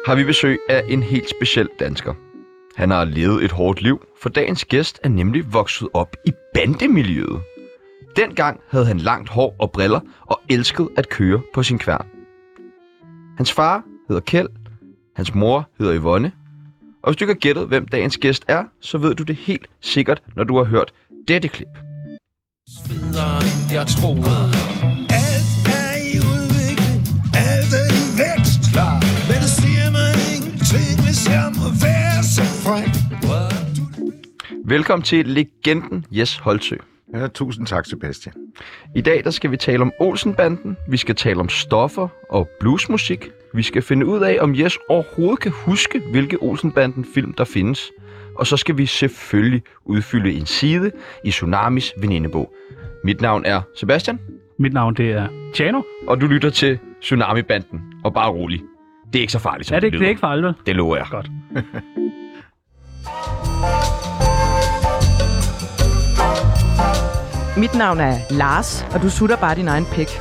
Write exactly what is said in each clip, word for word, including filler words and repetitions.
har vi besøg af en helt speciel dansker. Han har levet et hårdt liv, for dagens gæst er nemlig vokset op i bandemiljøet. Dengang havde han langt hår og briller og elskede at køre på sin kværn. Hans far hedder Kjeld, hans mor hedder Yvonne. Og hvis du ikke har gættet, hvem dagens gæst er, så ved du det helt sikkert, når du har hørt dette klip. Videre end jeg troede. Alt er i udvikling, alt er i vækst, klar. Men det siger mig ingenting, hvis jeg må være så fræk. Velkommen til legenden Jes Holtsø. Ja, tusind tak, Sebastian. I dag der skal vi tale om Olsen-banden, vi skal tale om stoffer og bluesmusik. Vi skal finde ud af, om Jes overhovedet kan huske, hvilke Olsen-banden-film der findes. Og så skal vi selvfølgelig udfylde en side i Tsunamis venindebog. Mit navn er Sebastian. Mit navn det er Tjano. Og du lytter til Tsunami-banden. Og bare rolig. Det er ikke så farligt, som er det, det lyder. Det er ikke farligt, vel? Det lover jeg. Godt. Mit navn er Lars, og du sutter bare din egen pik.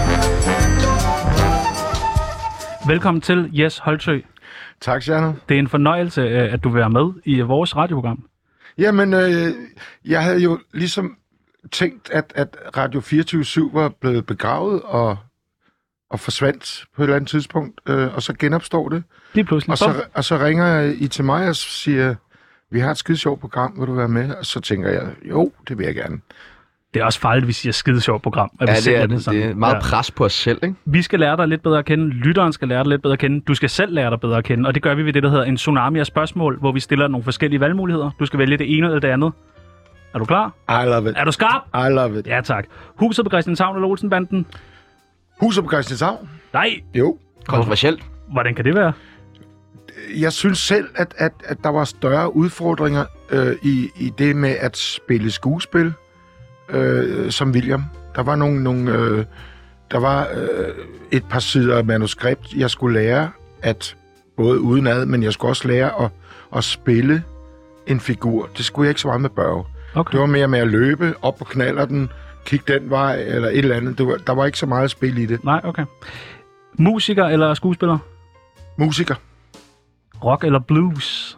Velkommen til Jes Holtsø. Tak, Sjano. Det er en fornøjelse, at du vil være med i vores radioprogram. Jamen, øh, jeg havde jo ligesom tænkt, at, at Radio fireogtyve syv var blevet begravet og, og forsvandt på et eller andet tidspunkt, øh, og så genopstår det. Lige pludselig. Og så, og så ringer I til mig og siger, vi har et skide sjovt program, vil du være med? Og så tænker jeg, jo, det vil jeg gerne. Det er også farligt, hvis I er skide sjovt program. Ja, det er det. Det er meget ja. pres på os selv, ikke? Vi skal lære dig lidt bedre at kende. Lytteren skal lære dig lidt bedre at kende. Du skal selv lære dig bedre at kende. Og det gør vi ved det, der hedder en tsunami af spørgsmål, hvor vi stiller nogle forskellige valgmuligheder. Du skal vælge det ene eller det andet. Er du klar? I love it. Er du skarp? I love it. Ja, tak. Huset på Christianshavn eller Olsen-banden? Huset på Christianshavn? Nej. Jo. Kontroversielt. Hvordan kan det være? Jeg synes selv, at, at, at der var større udfordringer øh, i, i det med at spille skuespil. Øh, som William. Der var nogle, nogle øh, der var øh, et par sider manuskript, jeg skulle lære at både udenad, men jeg skulle også lære at, at spille en figur. Det skulle jeg ikke så meget med Børge. Okay. Det var mere med at løbe op på knallerten, kigge den vej eller et eller andet. Det var, der var ikke så meget spil i det. Nej, okay. Musiker eller skuespiller? Musiker. Rock eller blues?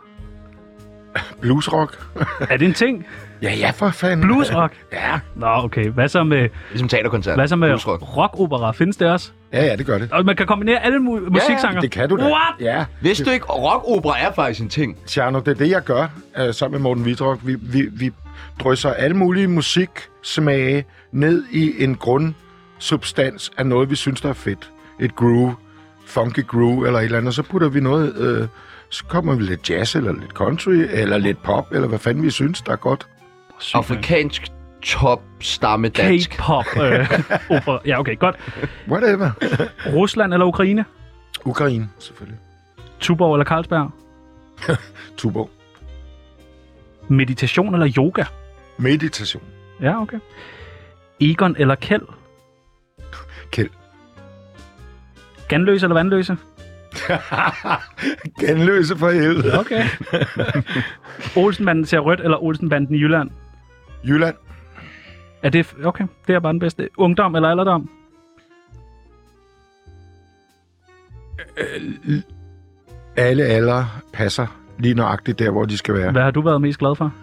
Bluesrock. Er det en ting? Ja, ja, for fanden. Bluesrock? Ja. Nå, okay. Hvad så med... Ligesom teaterkoncert. Hvad så med Bluesrock. rockopera? Findes det også? Ja, ja, det gør det. Og man kan kombinere alle mu- musiksanger? Ja, det kan du da. What? Ja. Vidste du ikke, rockopera er faktisk en ting? Tjerno, det er det, jeg gør uh, sammen med Morten Vitrock. Vi, vi, vi drysser alle mulige musiksmage ned i en grundsubstans af noget, vi synes, der er fedt. Et groove, funky groove eller et eller andet. Og så putter vi noget... Uh, så kommer vi lidt jazz, eller lidt country, eller lidt pop, eller hvad fanden vi synes, der er godt. Sygt, afrikansk top-stamme dansk. K-pop. Øh, opera. Ja, okay, godt. Whatever. Rusland eller Ukraine? Ukraine, selvfølgelig. Tuborg eller Carlsberg? Tuborg. Meditation eller yoga? Meditation. Ja, okay. Egon eller Kjeld? Kjeld. Ganløse eller vandløse? Genløse for helvede. Okay. Olsenbanden ser rødt eller Olsenbanden i Jylland? Jylland. Er det... Okay, det er bare den bedste. Ungdom eller alderdom? Øh, alle alder passer lige nøjagtigt der, hvor de skal være. Hvad har du været mest glad for?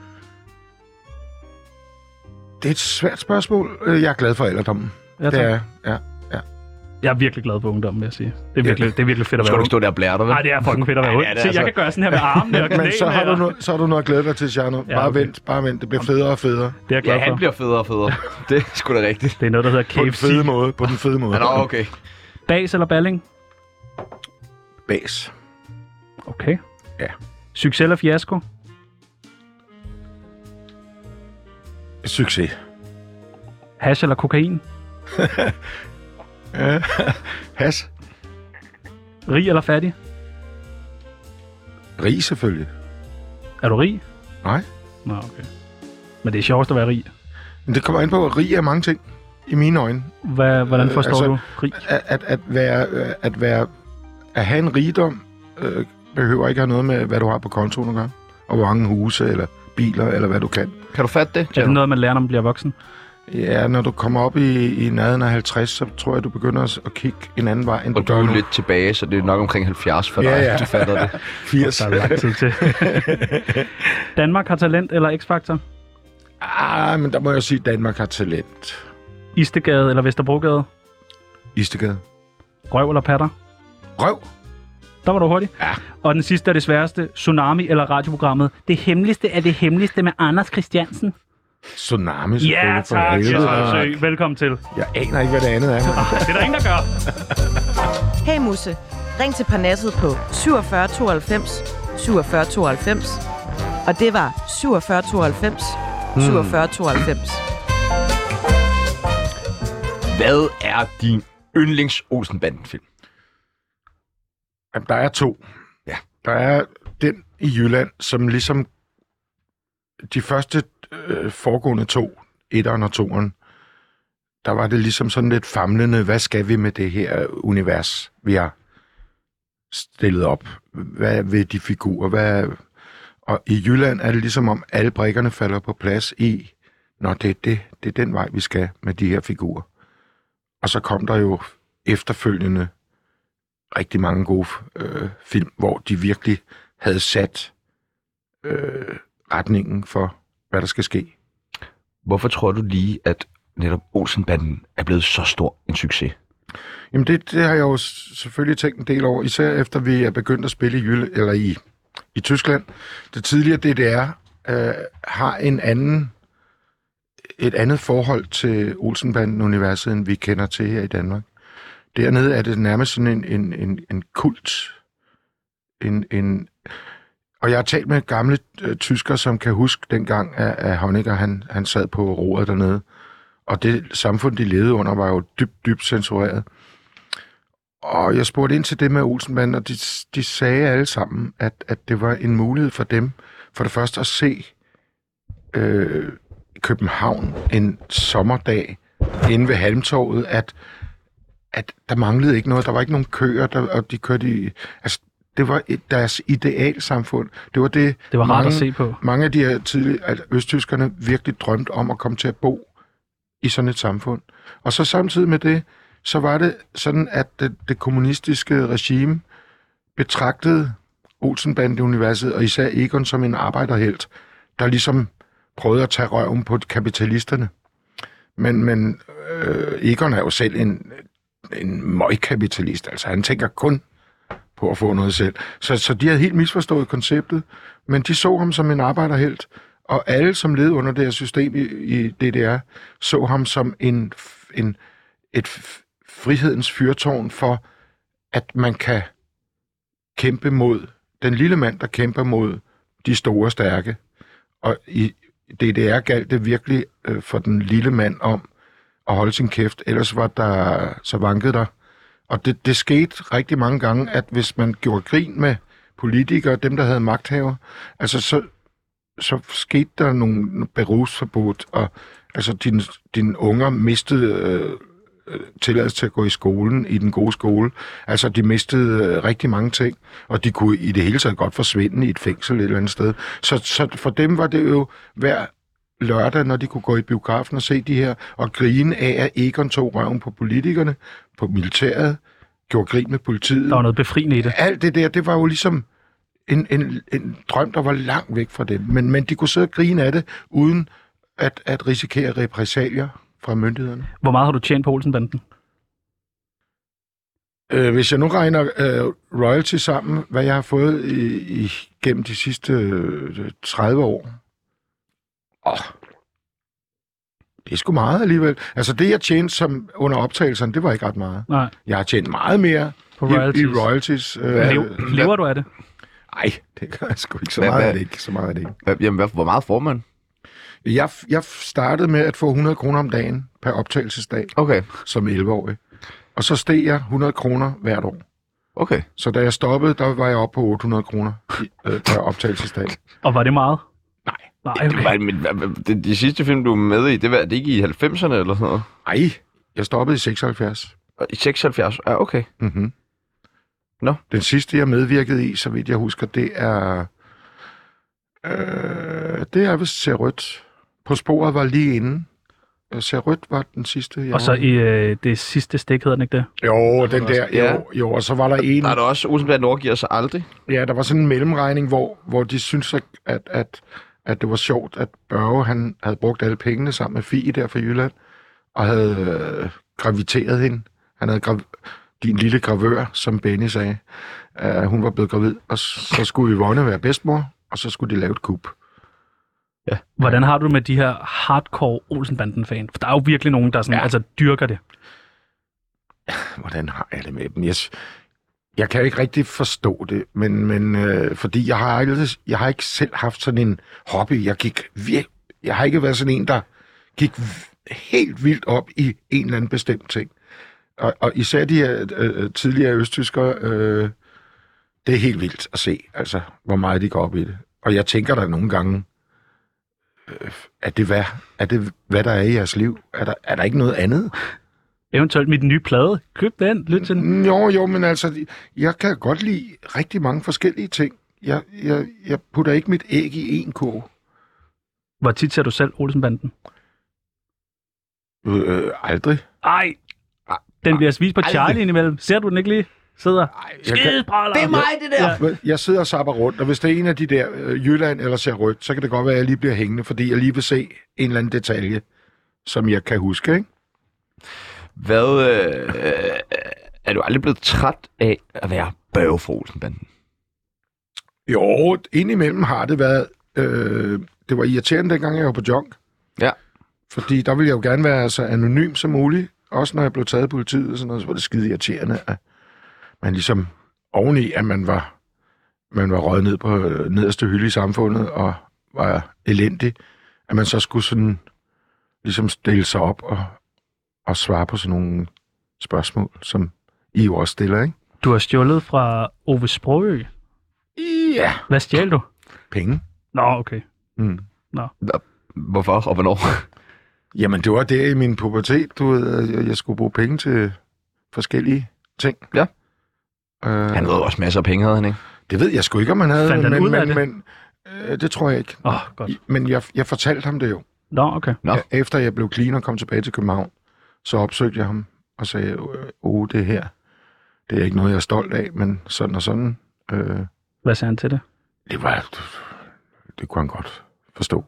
Det er et svært spørgsmål. Jeg er glad for alderdommen. Ja, det er jeg. Ja. Jeg er virkelig glad for ungdommen, vil jeg sige. Det er virkelig, ja. det er virkelig fedt at være Skal du ikke stå der og blære dig, vel? Nej, det er fucking fedt at være ud. Se, altså... jeg kan gøre sådan her med armene og knæene. Men så har, du no- så har du noget at glæde dig til, Tjerno. Bare Ja, okay. vent, bare vent. Det bliver federe og federe. Det er jeg glad Ja, han for. bliver federe og federe. Det er sgu da rigtigt. Det er noget, der hedder På den K F C. fede måde. På den fede måde. Ja, nå, okay. Bas eller balling? Bas. Okay. Ja. Succes eller fiasko? Succes. Hash eller kokain? Ja. Has. Rig eller fattig? Rig selvfølgelig. Er du rig? Nej. Nå, okay. Men det er sjovest at være rig. Men det kommer an på, at rig er mange ting. I mine øjne. Hvad, hvordan forstår altså, du rig? At, at, at, være, at, være, at have en rigdom øh, behøver ikke have noget med, hvad du har på kontoen at gøre. Og hvor mange huse, eller biler, eller hvad du kan. Kan du fatte det? Er det noget, man lærer, når man bliver voksen? Ja, når du kommer op i, i nærheden af halvtreds, så tror jeg, du begynder at, at kigge en anden vej, end Og du du gør er nu. lidt tilbage, så det er nok omkring halvfjerds for dig, Ja, ja. du fatter det. firs. Der er lang tid til. Danmark har talent eller X-Factor? Ah, men der må jeg sige, at Danmark har talent. Istegade eller Vesterbrogade? Istegade. Røv eller patter? Røv. Der var du hurtig. Ja. Og den sidste er det sværeste. Tsunami eller radioprogrammet? Det hemmeligste er det hemmeligste med Anders Christiansen. Tsunami, Ja, selvfølgelig, for tak. helvede. Jesper Sø. Velkommen til. Jeg aner ikke, hvad det andet er. Men... Det er der ingen, der gør. Hey Musse, ring til Parnasset på syvogfyrre tooghalvfems syvogfyrre tooghalvfems. Og det var syvogfyrre tooghalvfems syvogfyrre tooghalvfems. Hvad er din yndlings Olsen-banden-film? Jamen, der er to. Ja. Der er den i Jylland, som ligesom de første øh, foregående to, etteren og toeren, der var det ligesom sådan lidt famlende, hvad skal vi med det her univers, vi har stillet op? Hvad vil de figurer? Hvad... Og i Jylland er det ligesom om, alle brikkerne falder på plads i, når det er, det, det er den vej, vi skal med de her figurer. Og så kom der jo efterfølgende rigtig mange gode øh, film, hvor de virkelig havde sat øh, retningen for, hvad der skal ske. Hvorfor tror du lige, at netop Olsen-banden er blevet så stor en succes? Jamen det, det har jeg jo selvfølgelig tænkt en del over, især efter vi er begyndt at spille i, Jylland, eller i, i Tyskland. Det tidligere D D R øh, har en anden, et andet forhold til Olsen-banden-universet, end vi kender til her i Danmark. Dernede er det nærmest sådan en, en, en, en kult. En, en, og jeg har talt med gamle øh, tyskere, som kan huske dengang, at, at Honecker han, han sad på roret dernede. Og det samfund, de levede under, var jo dybt, dybt censureret. Og jeg spurgte ind til det med Olsenbanden, og de, de sagde alle sammen, at, at det var en mulighed for dem, for det første at se øh, København en sommerdag inde ved Halmtorvet, at at der manglede ikke noget. Der var ikke nogen køer, der, og de kørte i... Altså, det var et, deres idealsamfund. Det var det, Det var rart mange, at se på. mange af de her tidlige altså, østtyskerne virkelig drømte om at komme til at bo i sådan et samfund. Og så samtidig med det, så var det sådan, at det, det kommunistiske regime betragtede Olsen-banden-universet, og især Egon som en arbejderhelt, der ligesom prøvede at tage røven på kapitalisterne. Men, men øh, Egon er jo selv en... en møgkapitalist, altså han tænker kun på at få noget selv. Så, så de havde helt misforstået konceptet, men de så ham som en arbejderhelt, og alle, som levede under det her system i, i D D R, så ham som en, en, et frihedens fyrtårn for, at man kan kæmpe mod den lille mand, der kæmper mod de store stærke. Og i D D R galt det virkelig øh, for den lille mand om at holde sin kæft, ellers var der, så vankede der. Og det, det skete rigtig mange gange, at hvis man gjorde grin med politikere, dem der havde magthaver, altså så, så skete der nogle berusforbud, og altså dine, dine unger mistede øh, tilladelse til at gå i skolen, i den gode skole. Altså de mistede øh, rigtig mange ting, og de kunne i det hele taget godt forsvinde i et fængsel et eller andet sted. Så, så for dem var det jo hver lørdag, når de kunne gå i biografen og se de her, og grine af, at Egon tog røven på politikerne, på militæret, gjorde grin med politiet. Der var noget befriende i det. Alt det der, det var jo ligesom en, en, en drøm, der var langt væk fra dem. Men, men de kunne sidde og grine af det, uden at, at risikere repressalier fra myndighederne. Hvor meget har du tjent på Olsen-banden? Øh, hvis jeg nu regner øh, royalty sammen, hvad jeg har fået i, i, gennem de sidste øh, tredive år, åh, det er sgu meget alligevel. Altså det, jeg tjente som under optagelserne, det var ikke ret meget. Nej. Jeg har tjent meget mere På i, royalties. i royalties. Øh, Lev, lever du af det? Nej, det gør jeg sgu ikke. Så Hvad- meget hvad- er det ikke. Så meget er det ikke. Hvad- Jamen, hvad, hvor meget får man? Jeg, jeg startede med at få hundrede kroner om dagen per optagelsesdag Okay, som elleve-årig. Og så steg jeg hundrede kroner hvert år. okay. Så da jeg stoppede, der var jeg oppe på otte hundrede kroner øh, per optagelsesdag. Og var det meget? Nej. Nej, Det okay. var, men, hvad- hvad- det, de sidste film, du var med i, det var det ikke i halvfemserne eller sådan noget? Ej, jeg stoppede i seksoghalvfjerds. Og I seksoghalvfjerds? Ja, okay. Mm-hmm. Nå. Den sidste, jeg medvirkede i, så vidt jeg husker, det er... Øh, det er vist Ser Rødt. På sporet var lige inden. Ser Rødt var den sidste. Jeg Og så var- i øh, det sidste stik, hedder den ikke det? Jo, den der. Ja. Jo, jo, og så var der en... Der er der også, Olsenbanden overgiver sig aldrig. Ja, der var sådan en mellemregning, hvor, hvor de syntes, at, at, at, at det var sjovt, at Børge, han havde brugt alle pengene sammen med Fie der fra Jylland, og havde øh, graviteret hende. Han havde grav... din lille gravør, som Benny sagde. Uh, hun var blevet gravid, og så skulle Yvonne være bedsmor, og så skulle de lave et kup. Hvordan har du det med de her hardcore Olsenbanden-fan? For der er jo virkelig nogen, der sådan, Ja. altså, dyrker det. Hvordan har jeg det med dem? Jeg, jeg kan jo ikke rigtig forstå det, men, men øh, fordi jeg har, aldrig, jeg har ikke selv haft sådan en hobby. Jeg, gik vir- jeg har ikke været sådan en, der gik helt vildt op i en eller anden bestemt ting. Og, og især de her øh, tidligere østtyskere, øh, det er helt vildt at se, altså, hvor meget de går op i det. Og jeg tænker der nogle gange, øh, er, det hvad, er det hvad der er i jeres liv? Er der, er der ikke noget andet? Eventuelt mit nye plade. Køb den, lyt til den. Jo, jo, men altså, jeg kan godt lide rigtig mange forskellige ting. Jeg, jeg, jeg putter ikke mit æg i én kurv. Hvor tit ser du selv Olsenbanden? Øh, øh, aldrig. Ej, den bliver vist på Aldrig. Charlie indimellem. Ser du den ikke lige? Sidder. Jeg, kan, Skidebræller. Det er mig, det der! Ja. jeg sidder og sapper rundt, og hvis det er en af de der øh, Jylland eller Ser Rødt, så kan det godt være, at jeg lige bliver hængende, fordi jeg lige vil se en eller anden detalje, som jeg kan huske, ikke? Hvad, øh, er du aldrig blevet træt af at være Børge fra Olsenbanden? Jo, indimellem har det været... Øh, det var irriterende, dengang jeg var på junk. Ja. Fordi der ville jeg jo gerne være så anonym som muligt. Også når jeg blev taget af politiet og sådan noget, så var det skide irriterende, at man ligesom oveni, at man var, man var røget ned på nederste hylde i samfundet og var elendig, at man så skulle sådan ligesom stille sig op og, og svare på sådan nogle spørgsmål, som I jo også stiller, ikke? Du har stjålet fra Ove Sprogø. Ja. Hvad stjal du? Penge. Nå, okay. Mm. Hvorfor og hvornår? Jamen, det var der i min pubertet, du ved, at jeg- jeg skulle bruge penge til forskellige ting. Ja. Øh, Han havde også masser af penge, havde han ikke? Det ved jeg sgu ikke, om han havde, Fandt han men, ud af men, det? men øh, det tror jeg ikke. Åh, oh, godt. I- Men jeg, jeg fortalte ham det jo. Nå, okay. Nå. Ja, efter jeg blev clean og kom tilbage til København, så opsøgte jeg ham og sagde, åh, det her, det er ikke noget, jeg er stolt af, men sådan og sådan. Øh, Hvad sagde han til det? det var, det kunne han godt forstå.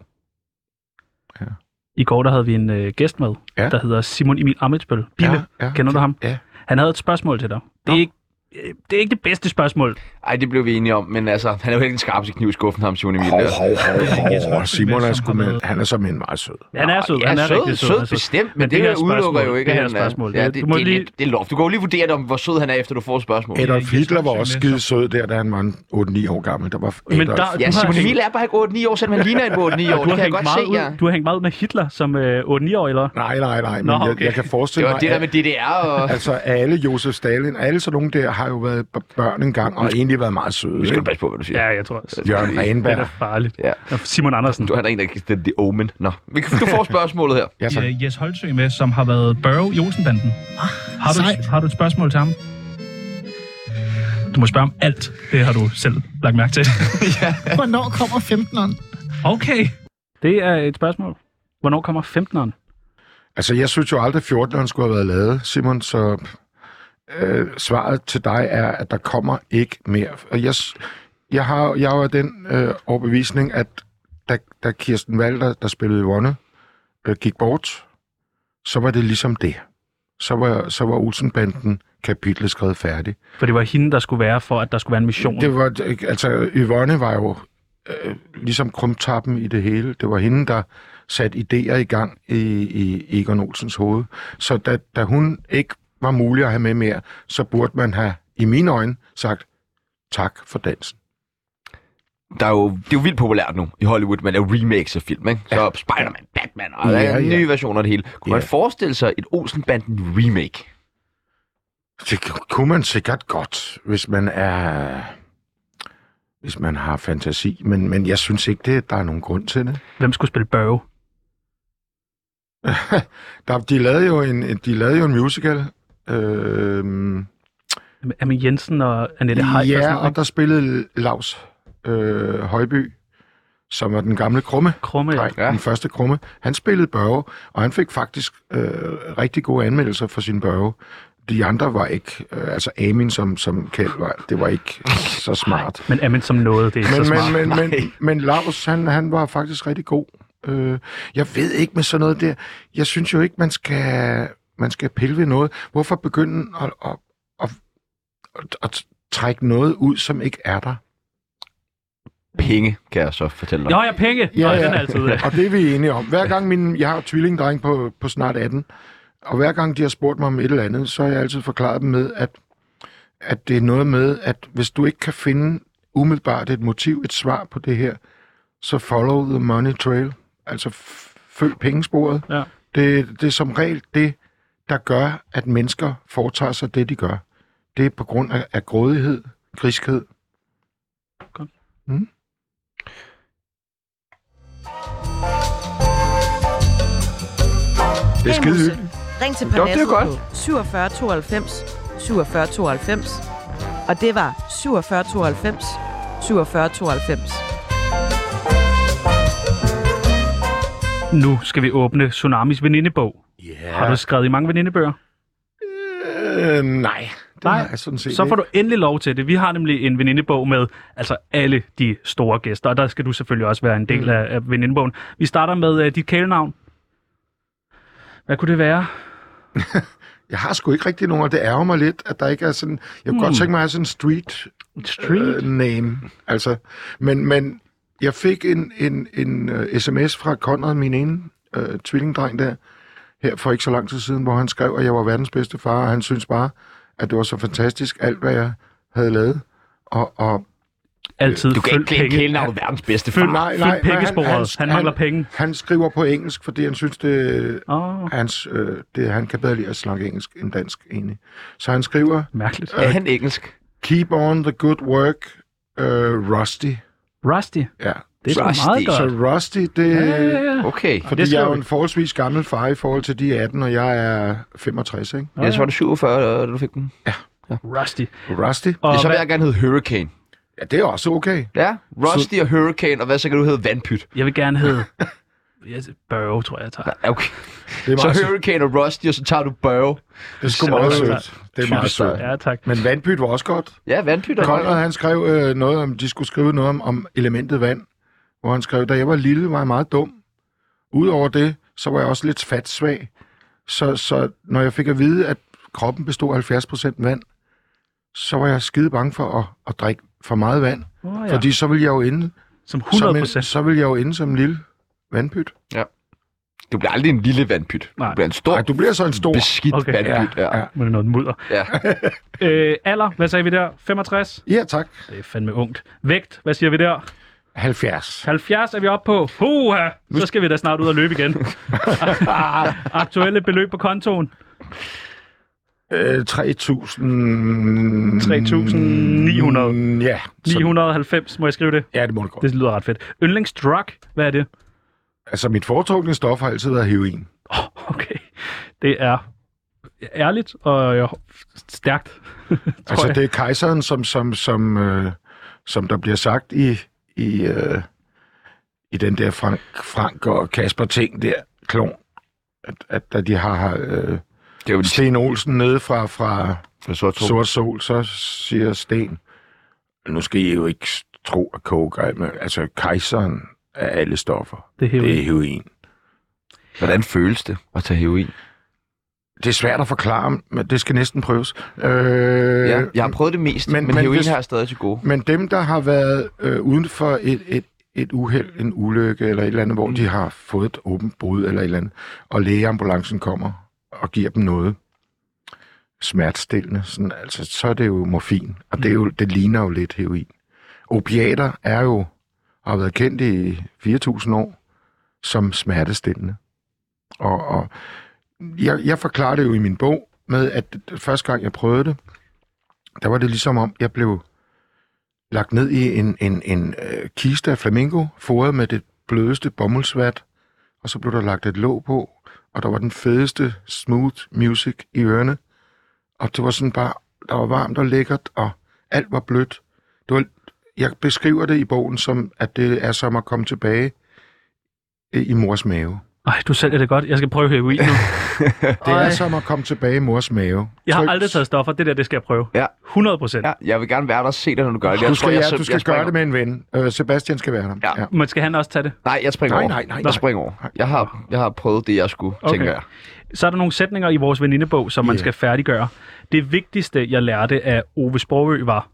I går der havde vi en øh, gæst med, Ja. der hedder Simon Emil Amitsbøl. Bille, ja, kender du ham? Ja. Han havde et spørgsmål til dig. Det er, Nå. ikke, øh, det er ikke det bedste spørgsmål. Ej, det blev vi enige om, men altså, han er jo ikke den skarpeste kniv i skuffen, ham Simon Emil. Hov, der. hov, hov, hov. Simon er som sgu har med, været- han er som en meget sød. Han er sød, Ja, han er sød, rigtig sød. sød han er sød. bestemt, men, Men det, det her her udelukker spørgsmål- jo ikke, det her at han er... spørgsmål, Ja, det- det, du må det, lige- det, det er lov. Du kan jo lige vurdere, om, hvor sød han er, efter du får spørgsmålet. Adolf Ja, Hitler var Jesper også Sønne, skide så- sød der, da han var otte ni år gammel. Der var Men Adolf. der- Ja, Du har Simon hængt- Emil er bare ikke otte ni år, selvom han ligner en på otte ni år. Du Det har, kan jeg hængt godt meget se, ja. ud, du har hængt meget ud med Hitler som øh, otte ni år, eller? Nej, nej, nej, men Nå, jeg, okay. jeg kan Det forestille var mig, det der at, med D D R og... altså alle Josef Stalin, alle sådan nogle der, har jo været b- børn engang, og egentlig været meget søde. Vi skal ikke? passe på, hvad du siger. Ja, jeg tror også. Jørgen Det er Renberg. da farligt. Ja. Og Simon Andersen. Du er der en, der kan stille The Omen. Nå, vi kan- du får spørgsmålet her. Ja, tak. Jes Holtsø med, som har været Børge i Olsenbanden. Har du, sejt. har du et spørgsmål til ham? Du må spørge om alt. Det har du selv lagt mærke til. Hvornår kommer femteneren? Okay. Det er et spørgsmål. Hvornår kommer femteneren? Altså, jeg synes jo aldrig, at fjorteneren skulle have været lavet, Simon, så øh, svaret til dig er, at der kommer ikke mere. Og jeg, s- jeg har jeg har jo den øh, overbevisning, at da, da Kirsten Walter, der spillede Yvonne, øh, gik bort, så var det ligesom det. Så var, så var Olsenbanden kapitlet skrevet færdigt. For det var hende, der skulle være for, at der skulle være en mission. Det var, altså, Yvonne var jo øh, ligesom krumtappen i det hele. Det var hende, der satte idéer i gang i, i Egon Olsens hoved. Så da, da hun ikke var mulig at have med mere, så burde man have, i mine øjne, sagt tak for dansen. Der er jo, det er jo vildt populært nu i Hollywood, man laver remakes af film, ikke? Så Spider-Man, Batman, og der Ja, er ja. nye versioner af det hele. Kunne Ja. man forestille sig et Olsenbanden remake? Det kunne man sikkert godt, hvis man er... Hvis man har fantasi, men, men jeg synes ikke, det, der er nogen grund til det. Hvem skulle spille Børge? Der, de, lavede jo en, de lavede jo en musical. Øh, Amin Jensen og Annette Heick og ja, sådan og noget. der spillede Lars øh, Højby, som var den gamle Krumme. Krumme, ja. dreng, den første Krumme. Han spillede Børge, og han fik faktisk øh, rigtig gode anmeldelser for sin Børge. De andre var ikke, øh, altså Amin som, som Kjeld var, det var ikke så smart. Men Amin som noget, det er ikke Men, så smart. men, men, men, men Laus, han, han var faktisk rigtig god. Øh, jeg ved ikke med sådan noget der. Jeg synes jo ikke, man skal, man skal pille ved noget. Hvorfor begynde at, at, at, at, at trække noget ud, som ikke er der? Penge, kan jeg så fortælle dig. Jo, jeg penge. Ja, ja. Den er altid, ja. Og det er vi enige om. Hver gang min, jeg har tvillingdreng på, på snart atten, og hver gang de har spurgt mig om et eller andet, så har jeg altid forklaret dem med, at, at det er noget med, at hvis du ikke kan finde umiddelbart et motiv, et svar på det her, så follow the money trail. Altså f- følg pengesporet. Ja. Det, det er som regel det, der gør, at mennesker foretager sig det, de gør. Det er på grund af, af grådighed, griskhed. Godt. Mm. Det er skide hyggeligt. Ring til Jo, det er Parnasset godt. på syvogfyrre tooghalvfems syvogfyrre tooghalvfems. Og det var syvogfyrre tooghalvfems syvogfyrre tooghalvfems. Nu skal vi åbne Tsunamis venindebog. Yeah. Har du skrevet i mange venindebøger? Øh, nej, det Nej, har jeg sådan set Så får ikke. du endelig lov til det. Vi har nemlig en venindebog med altså alle de store gæster, og der skal du selvfølgelig også være en del Mm. af, af venindebogen. Vi starter med uh, dit kælenavn. Hvad kunne det være? Jeg har sgu ikke rigtig nogen, og det ærger mig lidt, at der ikke er sådan... Jeg kunne Hmm. godt tænke mig at have sådan en street, Street? Øh, name. Altså, men, men jeg fik en, en, en uh, sms fra Conrad, min ene uh, tvillingdreng der, her for ikke så lang tid siden, hvor han skrev, at jeg var verdens bedste far, og han synes bare, at det var så fantastisk, alt hvad jeg havde lavet. Og, og Altid Du kan følg ikke glemme penge. kælenavnet verdens bedste Følg, far. Nej, følg nej, men pengesporet. han- Han, han- han mangler han- penge. han skriver på engelsk, fordi han synes, det, Åh, oh, hans, øh, det han kan bedre lide at snakke engelsk end dansk, egentlig. Så han skriver, mærkeligt. Er han engelsk? keep on the good work, uh, Rusty. Rusty. Ja. Det er sgu Rusty. meget godt. Så Rusty, det... Ja, ja, ja. Okay. Fordi Det jeg skriver er jo vi. en forholdsvis gammel far i forhold til de atten, og jeg er femogtres, ikke? Ja, så var det syvogfyrre, da du fik den. Rusty. Rusty? Og Ja, så vil hvad, jeg gerne hedde Hurricane. Ja, det er også okay. Ja, Rusty og Hurricane, og hvad så kan du hedde? Vandpyt. jeg vil gerne hedde... Jeg Børge, tror jeg, jeg tager. Ja, okay. Det er Så meget sødt. Hurricane og Rusty, og så tager du Børge. Det er sgu meget Så- sødt. Det er meget Typisk sødt. Ja, tak. Men vandpyt var også godt. Ja, vandpyt og Conrad, han skrev øh, noget om, de skulle skrive noget om, om elementet vand, hvor han skrev, da jeg var lille, var jeg meget dum. Udover det, så var jeg også lidt fatsvag. Så, så når jeg fik at vide, at kroppen bestod af halvfjerds procent vand, så var jeg skide bange for at, at drikke for meget vand. Oh, Ja. ja. Fordi så ville jeg jo ende Som som hundrede en, procent. så ville jeg jo ende som en lille vandpyt. Du bliver aldrig en lille vandpyt. Nej. Du bliver en stor, Nej, du bliver så en stor. beskidt Okay. vandpyt. Ja. Ja. Men noget mudder. Ja. Øh, alder, hvad sagde vi der? femogtres? Ja, tak. Det er fandme ungt. Vægt, hvad siger vi der? halvfjerds. halvfjerds er vi oppe på. Puha! Så skal vi da snart ud og løbe igen. Aktuelle beløb på kontoen? Øh, tre tusind... tre tusind ni hundrede. Ja. Så, ni hundrede og halvfems, må jeg skrive det? ja, det må du godt. Det lyder ret fedt. Yndlingsdrug, hvad er det? Altså, mit foretrukne stof har altid været heroin. Oh, okay. Det er ærligt og øh, stærkt. Altså, jeg. det er kejseren, som, som, som, øh, som der bliver sagt i, i, øh, i den der Frank, Frank og Kasper ting der, klon, at, at da de har øh, Det er jo de Sten Olsen nede fra, fra for sort sol. Sort Sol, så siger Sten, nu skal I jo ikke tro, at coke er, men altså kejseren af alle stoffer, Det er heroin. det er heroin. Hvordan føles det at tage heroin? Det er svært at forklare, men det skal næsten prøves. Øh, Ja, jeg har prøvet det mest, men, men- men men heroin hvis- har jeg stadig til gode. Men dem, der har været øh, uden for et, et, et uheld, en ulykke eller et eller andet, hvor Mm. de har fået et åbent brud eller et eller andet, og lægeambulancen kommer og giver dem noget smertestillende, sådan, altså, så er det jo morfin, og det, er jo, det ligner jo lidt heroin. Opiater er jo, har været kendt i fire tusind år som smertestillende. Og, og jeg, jeg forklarer det jo i min bog med, at første gang jeg prøvede det, der var det ligesom om, jeg blev lagt ned i en, en, en øh, kiste af flamingo, foret med det blødeste bomuldsvat, og så blev der lagt et låg på, og der var den fedeste smooth music i ørerne, og det var sådan bare, der var varmt og lækkert, og alt var blødt. Det var jeg beskriver det i bogen som, at det er som at komme tilbage i mors mave. Ej, du sælger det godt. Jeg skal prøve heroin nu. Det er som at komme tilbage i mors mave. Jeg har Tryk- aldrig taget stoffer. Det der, det skal jeg prøve. Ja. hundrede procent. Ja, jeg vil gerne være der og se det, når du gør det. Jeg Du skal, tror, jeg, ja, jeg, du skal jeg gøre springer- det med en ven. Øh, Sebastian skal være der. Ja. Ja. Men skal han også tage det? Nej, jeg springer Nej, over. nej, nej, nej. Jeg springer over. Jeg har, jeg har prøvet det, jeg skulle, Okay. tænker jeg. Så er der nogle sætninger i vores venindebog, som man Yeah. skal færdiggøre. Det vigtigste, jeg lærte af Ove Sprogøe, var...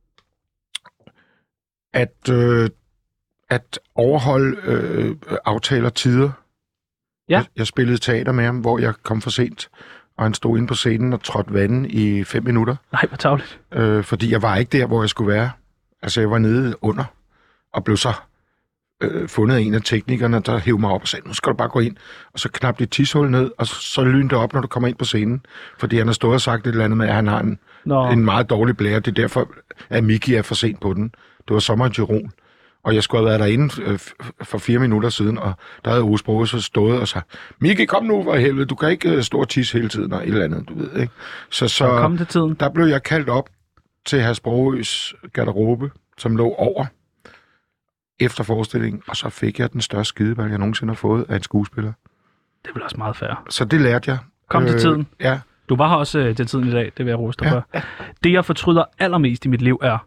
At, øh, at overholde øh, aftaler tider. Ja. Jeg, jeg spillede teater med ham, hvor jeg kom for sent, og han stod inde på scenen og trådte vandet i fem minutter, Nej, hvor tavligt. øh, fordi jeg var ikke der, hvor jeg skulle være. Altså, jeg var nede under, og blev så øh, fundet af en af teknikerne, der hævde mig op og sagde, nu skal du bare gå ind, og så knap dit tishul ned, og så, så lyn det op, når du kommer ind på scenen, fordi han har stået og sagt et eller andet med, at han har en, Nå, en meget dårlig blære. Det er derfor, at Miki er for sent på den. Det var sommer i Tyrol. Og jeg skulle have været derinde øh, f- for fire minutter siden, og der havde Ove Sprogøe så stået og sagt, Miki, kom nu for helvede, du kan ikke øh, stå og tisse hele tiden, og et eller andet, du ved, ikke? Så, så kom så til tiden. der blev jeg kaldt op til hr. Sprogøes garderobe, som lå over efter forestillingen, og så fik jeg den største skideball, jeg nogensinde har fået af en skuespiller. Det er vel også meget fair. Så det lærte jeg. Kom til tiden. Ja. Du var her også øh, til tiden i dag, det vil jeg rose dig Ja. for. Det, jeg fortryder allermest i mit liv, er...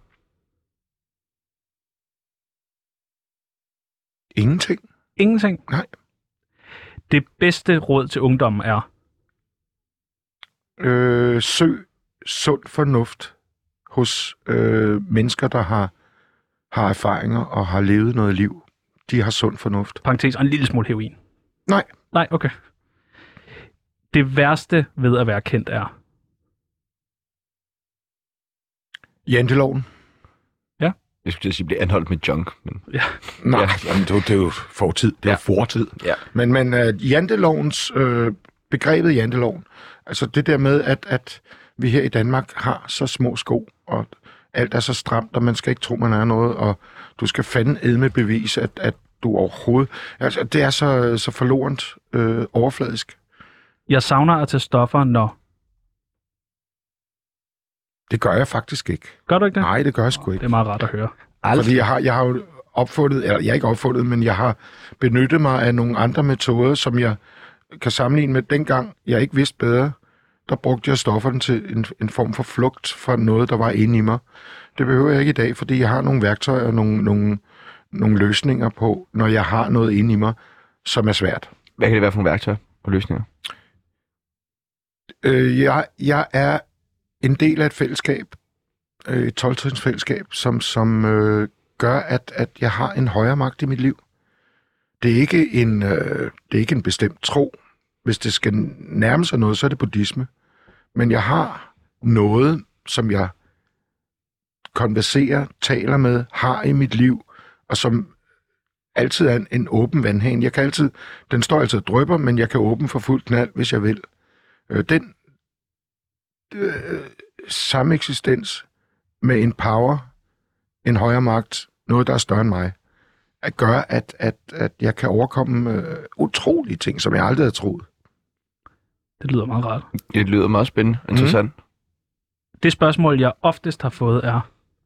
Ingenting. Ingenting. Nej. Det bedste råd til ungdommen er... Øh, søg sund fornuft hos øh, mennesker, der har, har erfaringer og har levet noget liv. De har sund fornuft. Parentes, og en lille smule heroin. Nej. Nej, okay. Det værste ved at være kendt er... Janteloven? Jeg skulle til at sige, blive anholdt med junk. Men... Nej, Ja. ja. Jamen, det, er jo- det er jo fortid. Det er Ja. ja. fortid. Ja. Men, men uh, jantelovens, øh, begrebet janteloven, altså det der med, at, at vi her i Danmark har så små sko, og alt er så stramt, og man skal ikke tro, man er noget, og du skal fandme edme bevise, at, at du overhovedet... Altså, det er så, så forlorent øh, overfladisk. Jeg savner at tage stoffer, når... Det gør jeg faktisk ikke. Gør du ikke det? Nej, det gør jeg sgu Det ikke. er meget rart at høre. Fordi jeg har, jeg har jo opfundet, eller jeg har ikke opfundet, men jeg har benyttet mig af nogle andre metoder, som jeg kan sammenligne med dengang, jeg ikke vidste bedre. Der brugte jeg stofferne til en, en form for flugt fra noget, der var inde i mig. Det behøver jeg ikke i dag, fordi jeg har nogle værktøjer og nogle, nogle, nogle løsninger på, når jeg har noget inde i mig, som er svært. Hvad kan det være for nogle værktøjer og løsninger? Øh, jeg, jeg er en del af et fællesskab, øh, et tolv-trinsfællesskab, som, som øh, gør, at, at jeg har en højere magt i mit liv. Det er ikke en, øh, det er ikke en bestemt tro. Hvis det skal nærme sig noget, så er det buddhisme. Men jeg har noget, som jeg konverserer, taler med, har i mit liv, og som altid er en, en åben vandhane. Jeg kan altid, den står altid og drypper, men jeg kan åbne for fuld knald, hvis jeg vil. Øh, den øh, sameksistens med en power, en højere magt, noget, der er større end mig, at gøre, at, at, at jeg kan overkomme øh, utrolige ting, som jeg aldrig havde troet. Det lyder meget rart. Det lyder meget spændende og interessant. Mm. Det spørgsmål, jeg oftest har fået, er...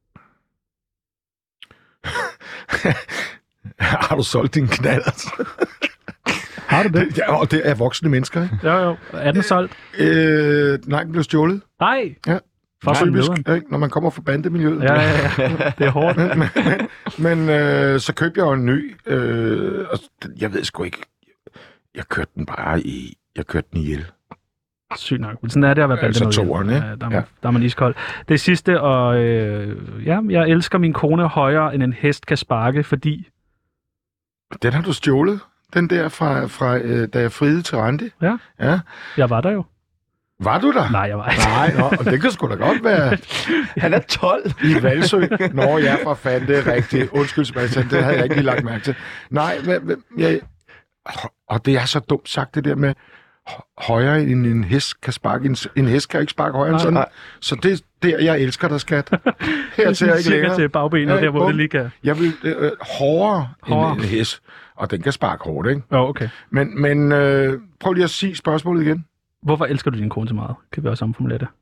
Har du solgt din knald? Har du det? Ja, og det er voksne mennesker, ikke? Jo, jo. Er den solgt? Øh, nej, den blev stjålet. Nej! Ja. For Typisk, nederen. ikke? Når man kommer fra bandemiljøet. Ja, ja, ja. Det er hårdt. men men, men øh, så købte jeg jo en ny, øh, og den- jeg ved sgu ikke, jeg kørte den bare i, jeg kørte den ihjel. Sygt nok. Men sådan er det at være Altså bandemedlem. toeren, ikke? Ja, der, er man, Ja. der er man iskold. Det sidste, og øh, ja, jeg elsker min kone højere, end en hest kan sparke, fordi... Den har du stjålet, den der fra, fra øh, da jeg friede til Randi. Ja. Ja. Jeg var der jo. Var du der? Nej, jeg var ikke. Nej, nå, og det kan sgu da godt være Han er tolv. i Valsø. Nå, ja, for fanden, det er rigtigt. Undskyld, Sebastian, det havde jeg ikke lige lagt mærke til. Nej, hvad, hvad, jeg, og det er så dumt sagt, det der med højere end en hest kan sparke. En, en hest kan ikke sparke højere end sådan. Nej. Så det er der, jeg elsker dig, skat. Her til jeg ikke Cirka længere. til bagbenet, Ja, der hvor bum. det lige kan. Jeg vil øh, hårdere, Hårdere. end en hest. Og den kan sparke hårdt, ikke? Jo, okay. Men, men øh, prøv lige at sige spørgsmålet igen. Hvorfor elsker du din kone så meget? Kan vi også omformulere det til?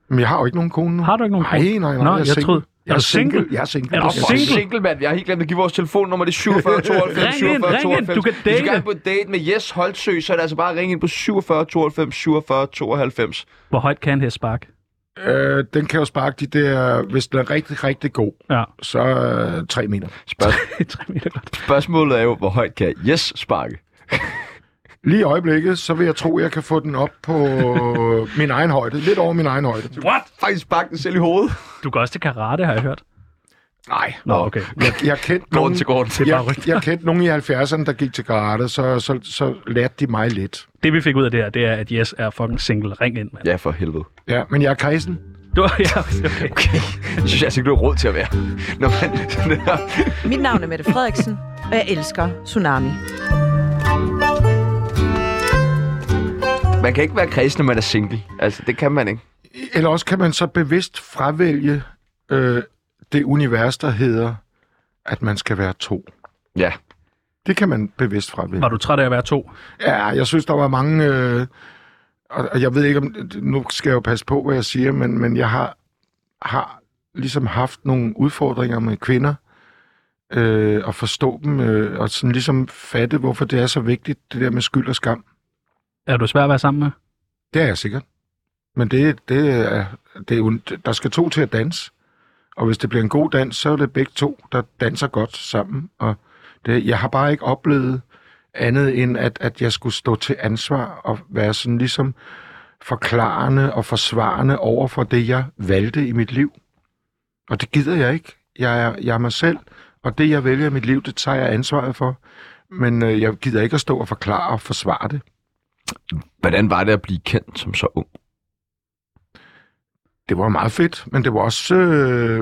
Men jeg har jo ikke nogen kone nu. Har du ikke nogen nej, kone? Nej, nej, Nå, jeg er jeg single. troede- Jeg er, Er du single. single? Jeg er single. Er du Det skal jeg single? sige. Single, mand. Jeg har helt glemt at give vores telefonnummer. Det er syvogfyrre tooghalvfems Ring ind, syvogfyrre ring ind. tooghalvfems. Du kan Hvis du date. gerne på date med Jes Holtsø, så er det altså bare at ringe ind på syvogfyrre tooghalvfems syvogfyrre tooghalvfems. Hvor højt kan en hest sparke? Øh, den kan jo sparke de der, hvis den er rigtig, rigtig god, Ja, så øh, tre meter. Spørg- tre meter godt. Spørgsmålet er jo, hvor højt kan Jes sparke? Lige i øjeblikket, så vil jeg tro, at jeg kan få den op på min egen højde. Lidt over min egen højde. What? Faktisk sparke den selv i hovedet. Du går også til karate, har jeg hørt. Nej. Nå, okay. Jeg, jeg kendte Gården nogen, til gården. Det er bare jeg, rygter. jeg kendte nogen i halvfjerdserne, der gik til karate, så, så, så lærte de mig lidt. Det vi fik ud af det her, det er, at Jes er fucking single. Ring ind, mand. Ja, for helvede. Ja, men jeg er kredsen. Du, ja, okay. Okay. Jeg synes altså ikke, du har råd til at være. Nå, men... Mit navn er Mette Frederiksen, og jeg elsker Tsunami. Man kan ikke være kristen, når man er single. Altså, det kan man ikke. Eller også kan man så bevidst fravælge øh, det univers, der hedder, at man skal være to. Ja. Det kan man bevidst fravælge. Var du træt af at være to? Ja, jeg synes, der var mange... Øh, og og jeg ved ikke, om... Nu skal jeg jo passe på, hvad jeg siger, men, men jeg har, har ligesom haft nogle udfordringer med kvinder, øh, og forstå dem, øh, og sådan ligesom fatte, hvorfor det er så vigtigt, det der med skyld og skam. Er du svær at være sammen med? Det er jeg sikkert. Men det, det, er, det er jo, der skal to til at danse. Og hvis det bliver en god dans, så er det begge to, der danser godt sammen. Og det, jeg har bare ikke oplevet andet end, at, at jeg skulle stå til ansvar og være sådan ligesom forklarende og forsvarende over for det, jeg valgte i mit liv. Og det gider jeg ikke. Jeg er, jeg er mig selv, og det, jeg vælger i mit liv, det tager jeg ansvaret for. Men øh, jeg gider ikke at stå og forklare og forsvare det. Hvordan var det at blive kendt som så ung? Det var meget fedt, men det var også øh,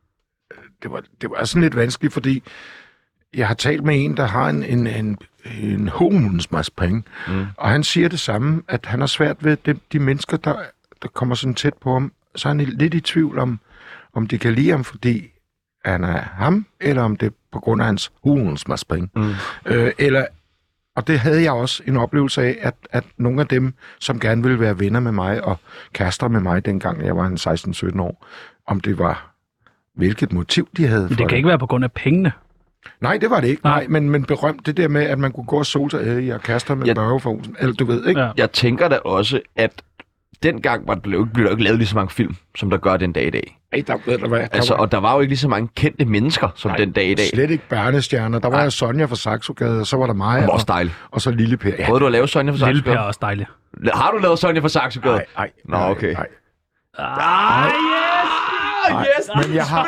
det var det var sådan lidt vanskeligt, fordi jeg har talt med en, der har en en en, en hormonsmaspring, mm. og han siger det samme, at han har svært ved de, de mennesker, der der kommer sådan tæt på ham, så er han lidt i tvivl om, om de kan lide ham, fordi han er ham, eller om det er på grund af hans hormonsmaspring. Mm. Øh, eller Og det havde jeg også en oplevelse af, at, at nogle af dem, som gerne ville være venner med mig og kærester med mig, dengang jeg var en seksten sytten år, om det var, hvilket motiv de havde for Det kan ikke være på grund af pengene. Nej, det var det ikke. Nej. Nej, men, men berømt det der med, at man kunne gå og sole sig af og kærester med Ja. Børge Fogelsen. Eller du ved, ikke? Ja. Jeg tænker da også, at dengang var der jo ikke, blev der ikke lavet lige så mange film, som der gør den dag i dag. Ej, der, ved du hvad, der Altså, var, og der var jo ikke lige så mange kendte mennesker, som nej, den dag i dag. slet ikke børnestjerner. Der var jo Sonja fra Saxogade, og så var der mig, Det var og, også dejligt. og så Lille Per. Ja. Prøvede du at lave Sonja fra Lille Per er Saxogade? også dejlig. Har du lavet Sonja fra Saxogade? Nej, nej. Nå, nej, okay. nej. Ah, yes! Ah, yes! Men jeg har...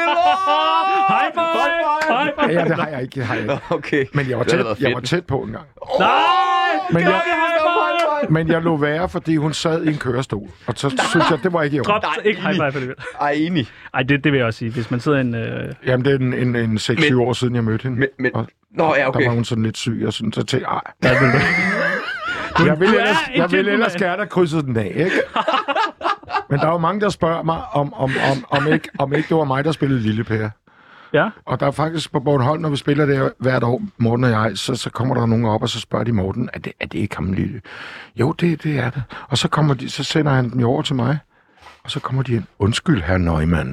High five! High five! Ja, det har jeg ikke. Det har jeg ikke. Okay. Men jeg var, Det havde tæt, været jeg var fedt. tæt på en gang. Nej! Men Gør jeg- vi high five! Men jeg lå værre, fordi hun sad i en kørestol. Og så synes jeg, det var ikke i Drop orden. ikke high five alligevel. Ej, enig. Ej, det, det vil jeg også sige. Hvis man sidder i en... Øh... Jamen, det er en, en, en seks syv Men- år siden, jeg mødte hende. Men, men... Og Nå, ja, der okay. var hun sådan lidt syg, og sådan, så tænkte jeg, ej, Hvad vil du? jeg vil du er ellers, en jeg vil gentleman. ellers gerne have krydset den af, ikke? Men der er jo mange, der spørger mig, om, om, om, om, ikke, om ikke det var mig, der spillede Lille Per. Ja? Og der er faktisk på Bornholm, når vi spiller det hvert år, Morten og jeg, så, så kommer der nogen op, og så spørger de Morten, er det, er det ikke ham Lille? Jo, det, det er det. Og så, kommer de, så sender han dem jo over til mig, og så kommer de ind, undskyld, herr Neumann.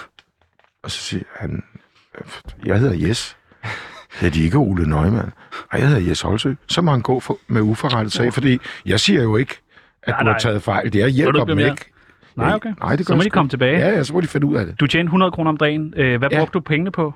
Og så siger han, jeg hedder Jes. Hedder de ikke Ole Neumann? Nej, jeg hedder Jes Holtsø. Så må han gå for, med uforrettet sag, fordi jeg siger jo ikke, at Nej, du har nej. taget fejl. Det er du hjælper ikke dem mere? ikke. Nej, okay. Nej, det Så gør må jeg de sgu komme ikke. tilbage. Ja, ja, så må de finde ud af det. Du tjener hundrede kroner om dagen. Øh, Hvad Ja. brugte du pengene på?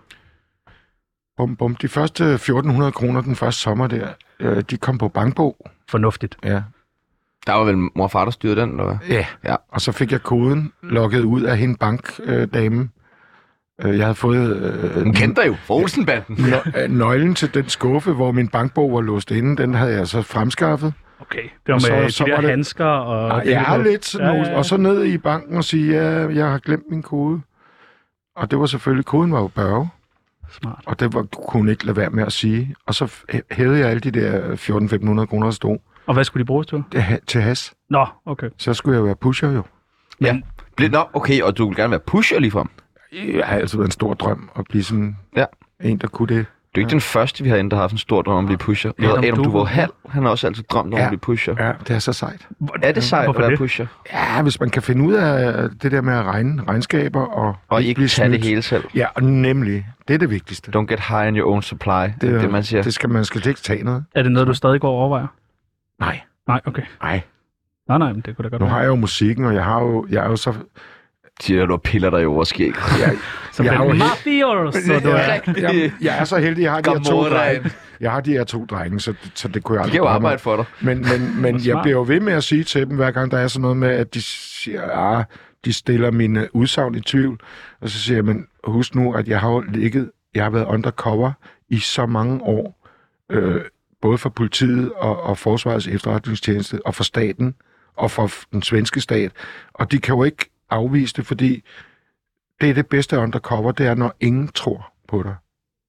Bum, bum. De første fjorten hundrede kroner den første sommer der, øh, de kom på bankbog. Fornuftigt. Ja. Der var vel mor og far, der styrede den, eller hvad? Ja. Ja. Og så fik jeg koden logget ud af hende bankdame. Øh, jeg havde fået øh, Hun kendte dig jo. For Olsenbanden. nø- øh, nøglen til den skuffe, hvor min bankbog var låst inde. Den havde jeg så fremskaffet. Okay. Det var Og så- med så de der var det- handsker og... Og jeg er lidt sådan Ja, ja, ja, ja, ja. Og så ned i banken og sige, ja, jeg har glemt min kode. Og det var selvfølgelig, koden var jo Børge. Smart. Og det var, kunne hun ikke lade være med at sige. Og så f- hævede jeg alle de der fjorten til femten hundrede kroner, der stod Og hvad skulle de bruges til? det ha- til has. Nå, okay. Så skulle jeg jo være pusher jo. Ja. Blev, nå, okay, og du vil gerne være pusher lige frem. Jeg har altid været en stor drøm at blive sådan Ja. en, der kunne det. Du er ikke ja. den første, vi har der har haft en stor drøm om at blive pusher. Vi havde Adam Duvå Hall. Han har også altid drømt om ja. at blive pusher. Ja, det er så sejt. Er det sejt at være pusher? Ja, hvis man kan finde ud af det der med at regne regnskaber og... Og ikke, ikke tage det hele selv. Ja, og nemlig. Det er det vigtigste. Don't get high on your own supply. Det, det er det, man siger. Det skal man skal ikke tage noget. Er det noget, du stadig går og overvejer? Nej. Nej, okay. Nej. Nej, nej, men det kunne da godt Nu være. har jeg jo musikken, og jeg har jo, jeg er jo så... Siger du piller dig over skæg. Jeg, Så jeg, er er det jo mafios, så du er... jeg, jeg er så heldig, jeg har de her to drenge. Jeg har de her to drenge, så, så det kunne jeg aldrig... De kan jo arbejde for dig. Men, men, men jeg bliver jo ved med at sige til dem, hver gang der er sådan noget med, at de siger, ah, de stiller mine udsagn i tvivl. Og så siger jeg, men husk nu, at jeg har jo ligget, jeg har været undercover i så mange år, øh, både for politiet og, og Forsvarets efterretningstjeneste, og for staten, og for den svenske stat. Og de kan jo ikke afvise det, fordi det er det bedste undercover, det er, når ingen tror på dig.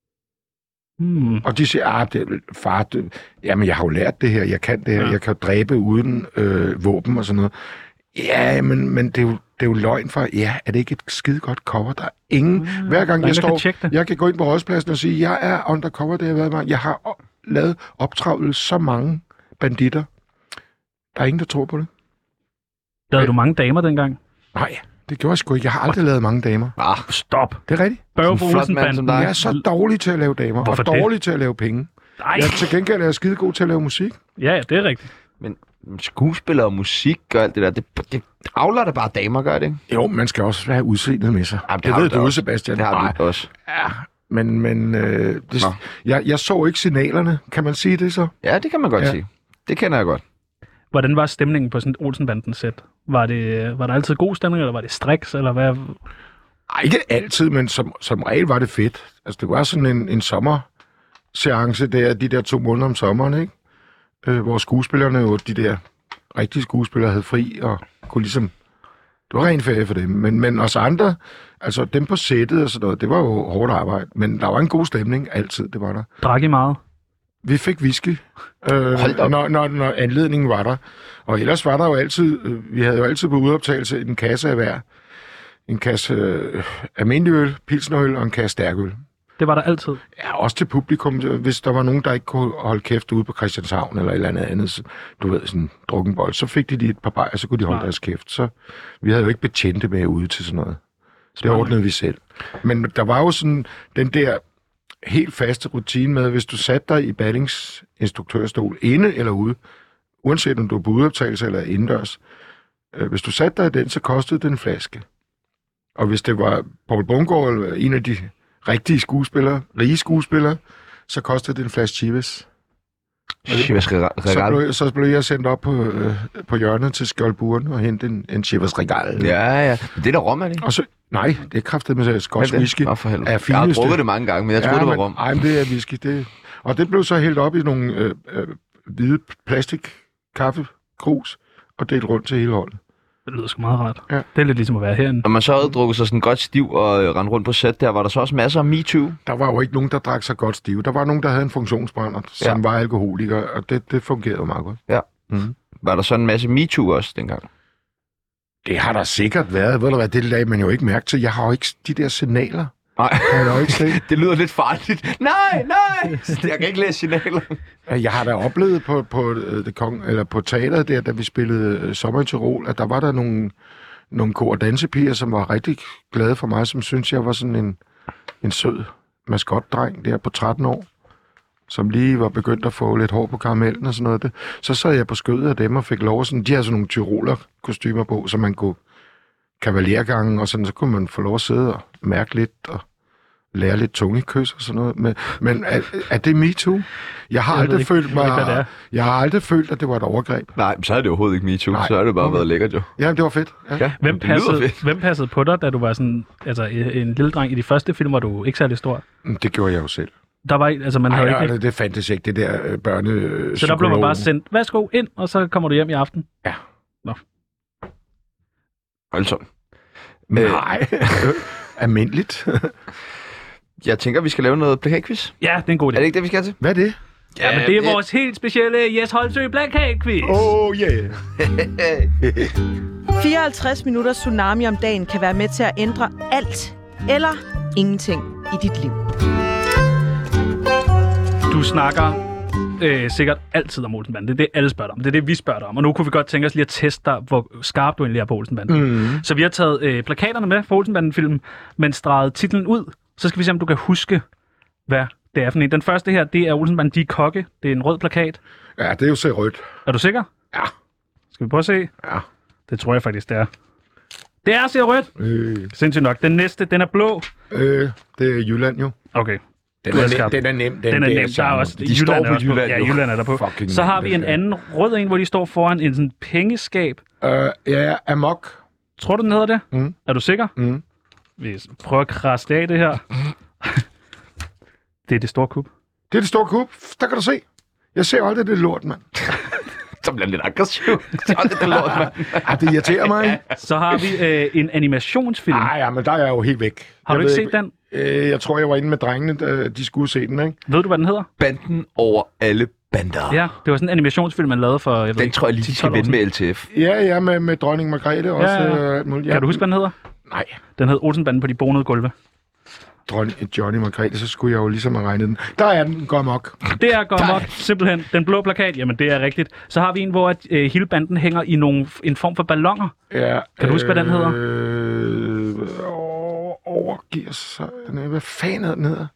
Hmm. Og de siger, ah, det, far, det, jamen jeg har jo lært det her, jeg kan det her, Ja. jeg kan jo dræbe uden øh, våben og sådan noget. Ja, men, men det, er jo, det er jo løgn for, ja, er det ikke et skide godt cover? Der er ingen, Ja, hver gang der er jeg ingen, der kan står, tjekke det. jeg kan gå ind på Rådspladsen og sige, jeg er undercover, det har været mig. Jeg har op, lavet optravlet så mange banditter. Der er ingen, der tror på det. Lavede du mange damer dengang? Nej, det gjorde jeg sgu ikke. Jeg har aldrig lavet mange damer. Ah, Stop. Det er rigtigt. Børge Sådan for en flot mand som Olsenbanden. dig. Jeg er så dårlig til at lave damer, Hvorfor og det? dårlig til at lave penge. Nej. Jeg til gengæld er jeg skide god til at lave musik. Ja, ja, det er rigtigt. men skuespiller og musik og alt det der, det, det afler det bare damer, gør det ikke? Jo, man skal også have udseendet med sig. Jamen, det det har ved du da du, også. Sebastian. Det har Nej, du også. ja, men, men øh, det, Nå. jeg, jeg så ikke signalerne. Kan man sige det så? Ja, det kan man godt Ja. sige. Det kender jeg godt. Hvordan var stemningen på sådan et Olsenbanden-sæt? Var, det, var der altid god stemning, eller var det striks, eller hvad? Ej, ikke altid, men som, som regel var det fedt. Altså, det var sådan en, en sommerseance der, de der to måneder om sommeren, ikke? Øh, hvor skuespillerne jo, de der rigtige skuespillere, havde fri og kunne ligesom... Det var ren ferie for dem. Men, men os andre, altså dem på sættet og sådan noget, det var jo hårdt arbejde. Men der var en god stemning altid, det var der. Drak I meget? Vi fik whisky, øh, Hold da op. når, når, når anledningen var der. Og ellers var der jo altid, øh, vi havde jo altid på udoptagelse en kasse af hver. En kasse øh, almindelig øl, pilsnerøl og en kasse stærkøl. Det var der altid. Ja, også til publikum, hvis der var nogen, der ikke kunne holde kæft ude på Christianshavn eller et eller andet andet, så, du ved, sådan en drukkenbold, så fik de lige et par bajer, så kunne de holde Nej. deres kæft. Så vi havde jo ikke betjente med ude til sådan noget. Det Smart. ordnede vi selv. Men der var jo sådan den der helt faste rutine med, hvis du satte dig i Ballings instruktørstol, inde eller ude, uanset om du var på udoptagelse eller indendørs, øh, hvis du satte dig i den, så kostede det en flaske. Og hvis det var Poul Bundgaard eller en af de rigtige skuespillere, rige skuespillere, så kostede det en flaske Chivas. Chivas Så Regal. blev, så blev jeg sendt op på, øh, på hjørnet til Skjoldburen og hente en, en Chivas Regal. Ja, ja. Det er da rom, er det ikke? Og så, nej, det er kraftet med skotsk Er det? whisky. Nå, for helvede. Er Jeg har fineste. drukket det mange gange, men jeg troede, det var men, rom. Ej, men det er whisky. Det... Og det blev så hældt op i nogle øh, øh, hvide plastik kaffekrus og delt rundt til hele holdet. Det lyder sgu meget rart. Ja. Det er lidt ligesom at være herinde. Når man så havde drukket sig sådan godt stiv og øh, rendt rundt på sæt der, var der så også masser af MeToo. Der var jo ikke nogen, der drak sig godt stive. Der var nogen, der havde en funktionsbrænder, som Ja. var alkoholiker, og det, det fungerede jo meget godt. Ja. Mm. Var der så en masse MeToo også dengang? Det har der sikkert været. Ved du hvad, det lagde man jo ikke mærke til. Jeg har jo ikke de der signaler. Nej, Jeg har jo ikke set. det lyder lidt farligt. Nej, nej! Jeg kan ikke læse signaler. Jeg har da oplevet på, på, øh, det kong, eller på teateret der, da vi spillede øh, Sommer i Tyrol, at der var der nogle, nogle kor- og dansepiger, som var rigtig glade for mig, som synes jeg var sådan en, en sød maskotdreng der på tretten år, som lige var begyndt at få lidt hår på karamellen og sådan noget. Det. Så sad jeg på skødet af dem og fik lov sådan, de havde sådan nogle tyroler-kostymer på, så man kunne kavalergangen, og sådan, så kunne man få lov at sidde og mærke lidt og lære lidt tungekys og sådan noget. Men, men er, er det MeToo? Jeg har Jeg ved aldrig ikke- følt jeg ved ikke, hvad det er. mig... Jeg har aldrig følt, at det var et overgreb. Nej, så er det overhovedet ikke MeToo. Nej. Så er det bare Okay. været lækkert jo. Ja, det var fedt. Ja. Ja, Hvem det lyder passede, fedt. hvem passede på dig, da du var sådan, altså en lille dreng? I de første film var du ikke særlig stor. Det gjorde jeg jo selv. Der var ikke, altså man havde Nej, ikke... det, det fandtes ikke, det der øh, børne Så der blev man bare sendt, værsgo ind, og så kommer du hjem i aften. Hold så. Nej, almindeligt. Jeg tænker, vi skal lave noget plakatquiz. Ja, det er en god idé. Er det ikke det, vi skal til? Hvad er det? Ja, men det er vores helt specielle Jes Holtsø Black-Quiz. Oh yeah. fireoghalvtreds minutter tsunami om dagen kan være med til at ændre alt eller ingenting i dit liv. Du snakker øh, sikkert altid om Olsenbanden. Det er det, alle spørger dig om. Det er det, vi spørger dig om. Og nu kunne vi godt tænke os lige at teste dig, hvor skarp du egentlig er på Olsenbanden. Mm. Så vi har taget øh, plakaterne med for Olsenbanden-filmen, men streget titlen ud. Så skal vi se, om du kan huske, hvad det er for en. Den første her, det er Olsenbanden, de er kokke. Det er en rød plakat. Ja, det er jo så rødt. Er du sikker? Ja. Skal vi prøve at se? Ja. Det tror jeg faktisk, det er. Det er, siger rødt. Øh, Sindssygt nok. Den næste, den er blå. øh, det er Jylland jo. Okay. Den Du er er, skarp. nem, den er nem. Den, Den er det nem. Der er charme. også, De Jylland står er på også Jylland, Ja, jo. Jylland er der på. Fucking Så har vi en nem. anden rød en, hvor de står foran en sådan pengeskab. Øh, ja, Amok. Tror du, den hedder det? Mm. Er du sikker? Mm. Vi prøver at krasse det af, det her. Det er det store kub. Det er det store kub. Der kan du se. Jeg ser aldrig det lort, mand. Så bliver lidt aggressiv. Så er det det lort, mand. Ej, det irriterer mig. Så har vi øh, en animationsfilm. Ej, ja, men der er jeg jo helt væk. Har du Jeg ikke ved set den? Øh, jeg tror, jeg var inde med drengene, da de skulle se den, ikke? Ved du, hvad den hedder? Banden over alle bander. Ja, det var sådan en animationsfilm, man lavede for... Jeg ved Den ikke, tror jeg lige, ti de skal tolv år vende med L T F. Ja, ja, med, med dronning Margrethe også. Ja, ja. Øh, alt muligt. Ja. Kan du huske, hvad den hedder? Nej, Den hed Olsenbanden på de bonede gulve. dronning Johnny Margrethe, så skulle jeg jo ligesom have regnet den. Der er den, går amok. Det er godt nok simpelthen. Den blå plakat, jamen det er rigtigt. Så har vi en, hvor at, øh, hele banden hænger i nogle, en form for ballonger. Ja, Kan du huske, hvad den hedder? Øh, overgiver sig... Hvad fanden hedder den hedder?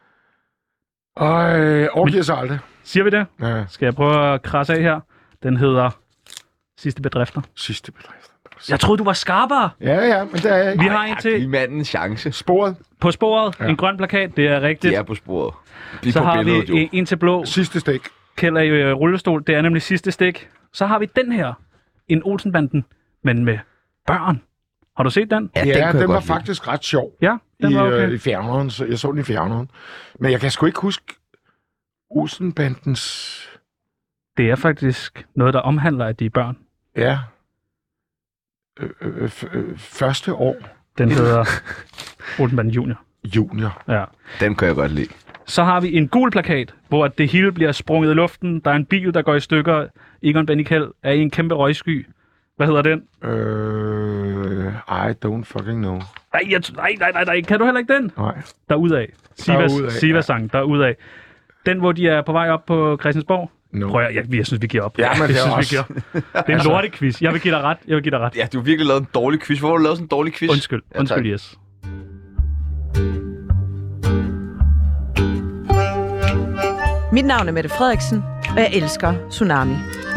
Øh, overgiver sig aldrig. Siger vi det? Ja, Skal jeg prøve at krasse af her? Den hedder Sidste Bedrifter. sidste bedrift. Jeg troede, du var skarpere. Ja, ja, men der er ikke. Vi har en Giv til manden en chance. Sporet. på sporet. Ja. En grøn plakat, det er rigtigt. De er på sporet. De er Så på har billedet, vi jo. en, en til blå. Sidste stik. Kjeld er i øh, rullestol. Det er nemlig sidste stik. Så har vi den her. En Olsenbanden, men med børn. Har du set den? Ja, Ja, den, den, kunne jeg den var godt lide. faktisk ret sjov. Ja, den I, var okay. øh, i fjerneren, så jeg så den i fjerneren. Men jeg kan sgu ikke huske Olsenbandens... Det er faktisk noget, der omhandler, at de er børn. Ja. Øh, øh, f- øh, første år Den hedder Olsenbanden Junior. junior. Ja. Den kan jeg godt lide. Så har vi en gul plakat, hvor det hele bliver sprunget i luften. Der er en bil, der går i stykker. Egon Benny Kjeld er i en kæmpe røgsky. Hvad hedder den? Øh, I don't fucking know. Nej, jeg, nej, nej, nej, nej. Kan du heller ikke den? Nej. Derudad. Sivas, Derudad, Sivas-sang, derudad. Den, hvor de er på vej op på Christiansborg. No. Prøv at, jeg, jeg synes, vi giver op. Ja, men jeg det er synes, også- vi giver op. Det er en lortequiz. Jeg vil give dig ret. Jeg vil give dig ret. Ja, du har virkelig lavet en dårlig quiz. Hvorfor har du lavet sådan en dårlig quiz? Undskyld. Ja, Undskyld, tak. yes. Mit navn er Mette Frederiksen, og jeg elsker Tsunami.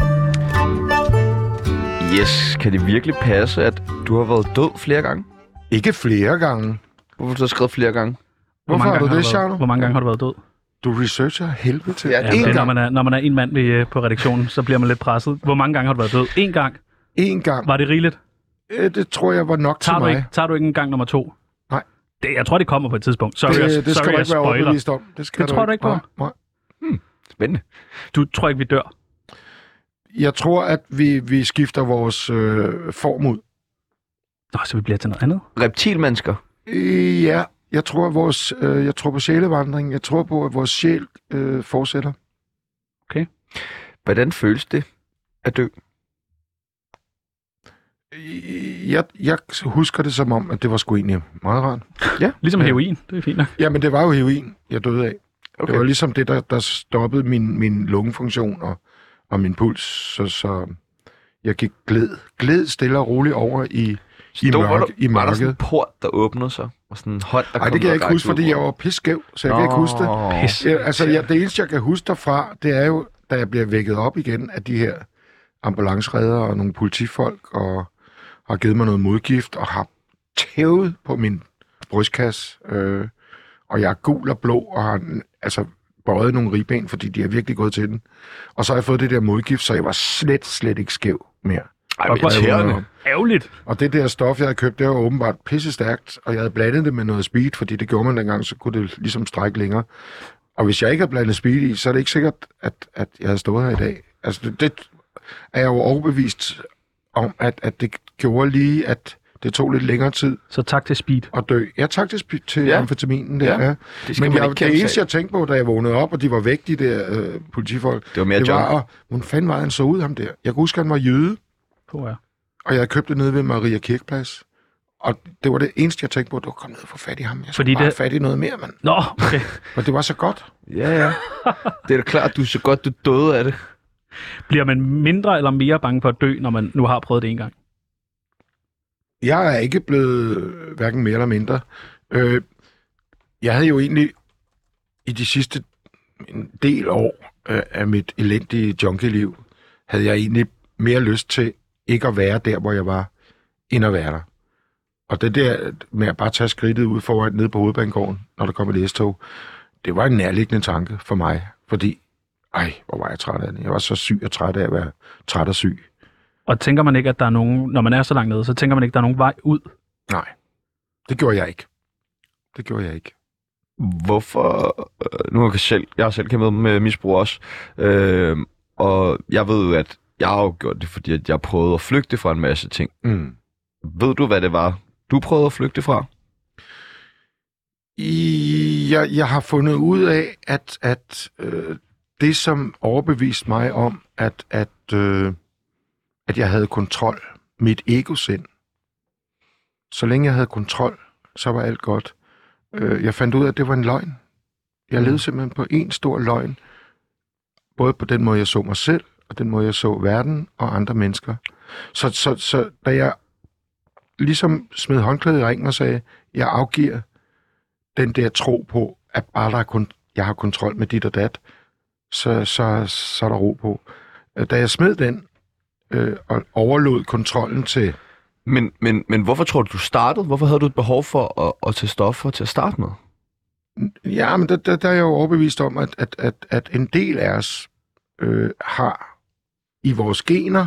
Yes, kan det virkelig passe, at du har været død flere gange? Ikke flere gange. Hvorfor har du så skrevet flere gange? Hvor Hvorfor mange har du gange det, været- Charlo? Hvor mange gange har du været død? Du researcher helvede til. Ja, Ja, En det er, når gang. man er, når man er en mand ved, på redaktionen, så bliver man lidt presset. Hvor mange gange har du været død? En gang. En gang. Var det rigeligt? Øh, Det tror jeg var nok Tager til du, mig. ikke, tager du ikke en gang nummer to? Nej. Det, jeg tror, det kommer på et tidspunkt. Sorry, det, jeg, det skal sorry, du jeg ikke være spoiler. overbevist om. Det, skal Det tror du ikke på? Nej, nej. Spændende. Du tror ikke, vi dør? Jeg tror, at vi, vi skifter vores øh, form ud. Nå, så vi bliver til noget andet? Reptilmennesker. Øh, ja, jeg tror, at vores, øh, jeg tror på sjælevandring. Jeg tror på, at vores sjæl øh, fortsætter. Hvordan føles det at dø? Øh, Jeg, jeg husker det som om, at det var sgu egentlig meget rart. Ligesom Ja. heroin. Det er fint nok. Ja, men det var jo heroin, jeg døde af. Okay. Det var ligesom det, der, der stoppede min, min lungefunktion og, og min puls. Så, så jeg gik gled, gled stille og roligt over i, i, Stod- var mørke, der, i Var der sådan en mørket. port, der åbnede sig? Og sådan en hånd, der Nej, kom det kan jeg ikke og huske, rakte fordi ud jeg over? var pisskæv, så jeg kan ikke huske det. Nå. Pis. Ja, altså, jeg, det eneste, jeg kan huske derfra, det er jo, da jeg bliver vækket op igen af de her ambulanceredder og nogle politifolk, og har givet mig noget modgift, og har tævet på min brystkasse, øh, og jeg er gul og blå, og har altså bøjet nogle ribben, fordi de har virkelig gået til den. Og så har jeg fået det der modgift, så jeg var slet, slet ikke skæv mere. Ej, Og hvor irriterende. Ærgerligt. Og det der stof, jeg havde købt, det var åbenbart pisse stærkt, og jeg havde blandet det med noget speed, fordi det gjorde man dengang, så kunne det ligesom strække længere. Og hvis jeg ikke havde blandet speed i, så er det ikke sikkert, at, at jeg havde stået her i dag. Altså, det, det er jeg jo overbevist om, at, at det gjorde lige, at det tog lidt længere tid Så tak til Speed. at dø. Jeg tak til, sp- til Ja. ja. amfetaminen der. Ja. Ja. Det skal Men man jeg, ikke det kæmpe eneste, sig af. jeg tænkte på, da jeg vågnede op, og de var væk, de der øh, politifolk, Det var mere det junk. var, hvordan fanden var han så ud, ham der? Jeg kunne huske, han var jøde, På, ja. og jeg havde købt det nede ved Maria Kirkeplads. og det var det eneste, jeg tænkte på, at du kom ned og få fat i ham. Jeg Fordi skulle bare det- fat i noget mere, mand. Nå, okay. Og det var så godt. Ja, ja. Det er da klart, du er så godt, du døde af det. Bliver man mindre eller mere bange for at dø, når man nu har prøvet det en gang? Jeg er ikke blevet øh, hverken mere eller mindre. Øh, jeg havde jo egentlig i de sidste en del år øh, af mit elendige junkie-liv, havde jeg egentlig mere lyst til ikke at være der, hvor jeg var, end at være der. Og det der med at bare tage skridtet ud foran nede på Hovedbanegården, når der kom et S-tog, det var en nærliggende tanke for mig, fordi, ej, hvor var jeg træt af det. Jeg var så syg og træt af at være træt og syg. Og tænker man ikke, at der er nogen, når man er så langt nede, så tænker man ikke, at der er nogen vej ud? Nej, det gjorde jeg ikke. Det gjorde jeg ikke. Hvorfor? Øh, nu har jeg selv, jeg har selv kæmpet med misbrug også. Øh, og jeg ved jo, at jeg har jo gjort det, fordi at jeg prøvede at flygte fra en masse ting. Mm. Ved du, hvad det var, du prøvede at flygte fra? I, jeg, jeg har fundet ud af, at, at øh, det, som overbeviste mig om, at, at, øh, at jeg havde kontrol, mit egosind, så længe jeg havde kontrol, så var alt godt. Øh, jeg fandt ud af, at det var en løgn. Jeg levede simpelthen på en stor løgn, både på den måde, jeg så mig selv, og den måde, jeg så verden og andre mennesker. Så, så, så da jeg ligesom smed håndklædet i ringen og sagde, jeg afgiver den der tro på, at bare der er kun, jeg har kontrol med dit og dat, så, så, så er der ro på. Da jeg smed den øh, og overlod kontrollen til... Men, men, men hvorfor tror du, du startede? Hvorfor havde du et behov for at, at tage stoffer til at starte med? Ja, men der, der, der er jeg jo overbevist om, at, at, at, at en del af os øh, har i vores gener,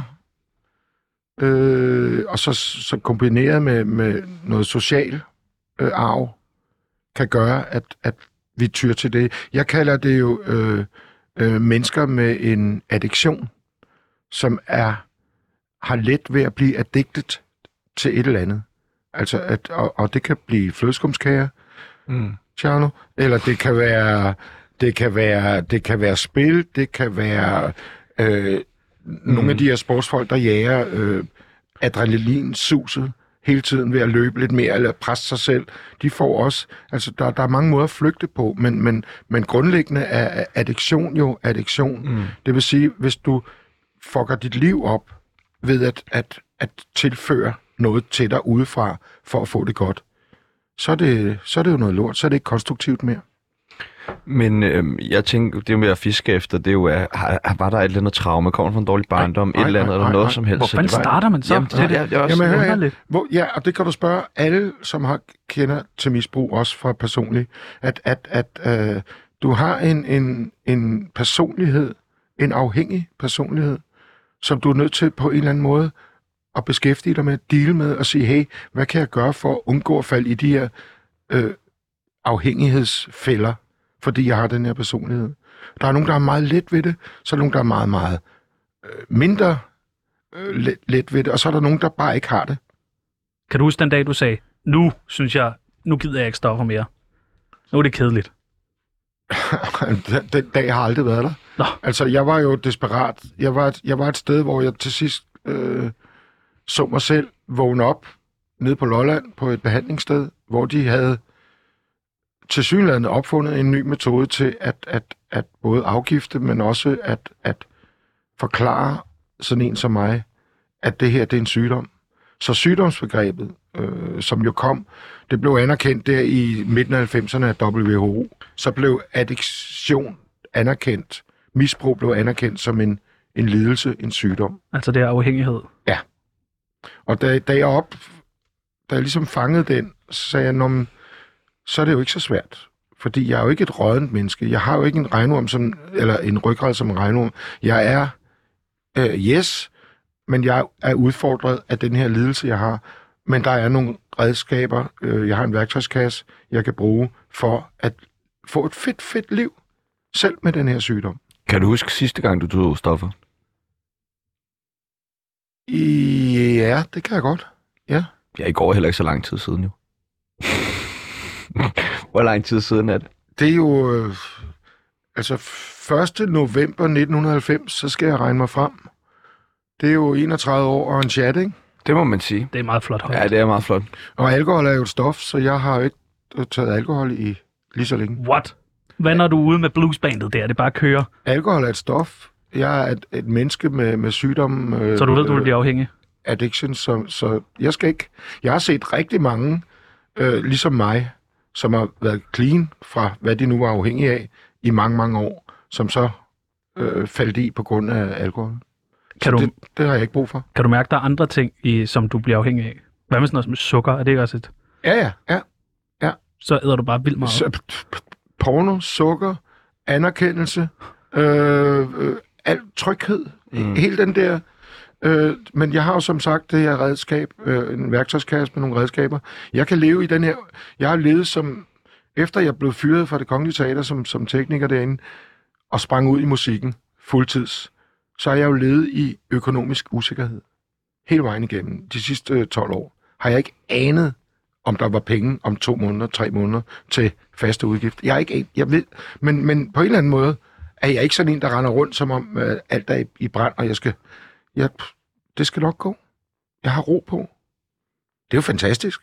øh, og så, så kombineret med, med noget social øh, arv, kan gøre, at, at vi tyr til det. Jeg kalder det jo øh, øh, mennesker med en addiktion, som er har let ved at blive addicted til et eller andet. Altså at, og, og det kan blive flødeskumskager, Mm. Tjerno, eller det kan være det kan være det kan være spil, det kan være øh, mm. nogle af de her sportsfolk, der jager øh, adrenalinsuset hele tiden ved at løbe lidt mere eller presse sig selv. De får også, altså der, der er mange måder at flygte på, men, men, men grundlæggende er addiktion jo addiktion. Mm. Det vil sige, hvis du fucker dit liv op ved at, at, at tilføre noget til dig udefra for at få det godt, så er det, så er det jo noget lort, så er det ikke konstruktivt mere. Men øhm, jeg tænker, det med at fiske efter, det er jo, at, har, var der et eller andet traume? Kommer fra en dårlig barndom? Nej, et eller andet, nej, eller nej, noget nej. som helst? Hvor Så fanden det var- starter man så? Jamen, det, det, det, det er også Jamen, hør her. underligt. Hvor, ja, og det kan du spørge alle, som har kender til misbrug, også fra personligt, at, at, at øh, du har en, en, en personlighed, en afhængig personlighed, som du er nødt til på en eller anden måde at beskæftige dig med, deal med og sige, hey, hvad kan jeg gøre for at undgå at falde i de her øh, afhængighedsfælder, fordi jeg har den her personlighed. Der er nogen, der er meget let ved det, så er der nogen, der er meget, meget øh, mindre øh, let, let ved det, og så er der nogen, der bare ikke har det. Kan du huske den dag, du sagde, nu synes jeg, nu gider jeg ikke stoffer mere. Nu er det kedeligt. den, den dag har aldrig været der. Nå. Altså, jeg var jo desperat. Jeg var, et, jeg var et sted, hvor jeg til sidst øh, så mig selv vågne op nede på Lolland på et behandlingssted, hvor de havde tilsyneladende opfundet en ny metode til at, at, at både afgifte, men også at, at forklare sådan en som mig, at det her det er en sygdom. Så sygdomsbegrebet, øh, som jo kom, det blev anerkendt der i midten af halvfemserne af W H O. Så blev addiktion anerkendt, misbrug blev anerkendt som en, en lidelse, en sygdom. Altså det er afhængighed. Og da, da jeg op, da jeg ligesom fangede den, så sagde jeg, Nå, men, så er det jo ikke så svært. Fordi jeg er jo ikke et rådent menneske. Jeg har jo ikke en regnorm som, eller en ryggrad som en regnorm. Jeg er, øh, yes, men jeg er udfordret af den her lidelse, jeg har. Men der er nogle redskaber, øh, jeg har en værktøjskasse, jeg kan bruge for at få et fedt, fedt liv, selv med den her sygdom. Kan du huske sidste gang, du tog stoffer? Ja, det kan jeg godt. Ja. Ja, i går er heller ikke så lang tid siden jo. Hvor lang tid siden er det? Det er jo... Øh, altså, første november nitten halvfems, så skal jeg regne mig frem. Det er jo enogtredive år og en chat, ikke? Det må man sige. Det er meget flot højt. Ja, det er meget flot. Og alkohol er jo et stof, så jeg har jo ikke taget alkohol i lige så længe. What? Hvad når du er ude med bluesbandet der? Det er bare at køre. Alkohol er et stof. Jeg er et, et menneske med, med sygdom. Øh, Så du ved, du vil blive afhængig? Addiction, så, så jeg skal ikke... Jeg har set rigtig mange, øh, ligesom mig, som har været clean fra, hvad de nu var afhængige af, i mange, mange år, som så øh, faldt i på grund af alkohol. Kan så du, det, det har jeg ikke brug for. kan du mærke, der er andre ting, i, som du bliver afhængig af? Hvad med sådan noget som sukker? Er det ikke også et... Ja, ja, ja. Så æder du bare vildt meget. Så, porno, sukker, anerkendelse, øh, øh, al tryghed, mm. hele den der... Øh, men jeg har jo som sagt det her redskab, øh, en værktøjskasse med nogle redskaber. Jeg kan leve i den her... Jeg har levet som... Efter jeg blev fyret fra Det Kongelige Teater som, som tekniker derinde, og sprang ud i musikken fuldtids, så har jeg jo levet i økonomisk usikkerhed. Hele vejen igennem. De sidste øh, tolv år har jeg ikke anet, om der var penge om to måneder, tre måneder til faste udgifter. Jeg er ikke... Jeg ved, men, men på en eller anden måde er jeg ikke sådan en, der render rundt, som om øh, alt er i, i brand, og jeg skal... Jeg, det skal nok gå. Jeg har ro på. Det er jo fantastisk.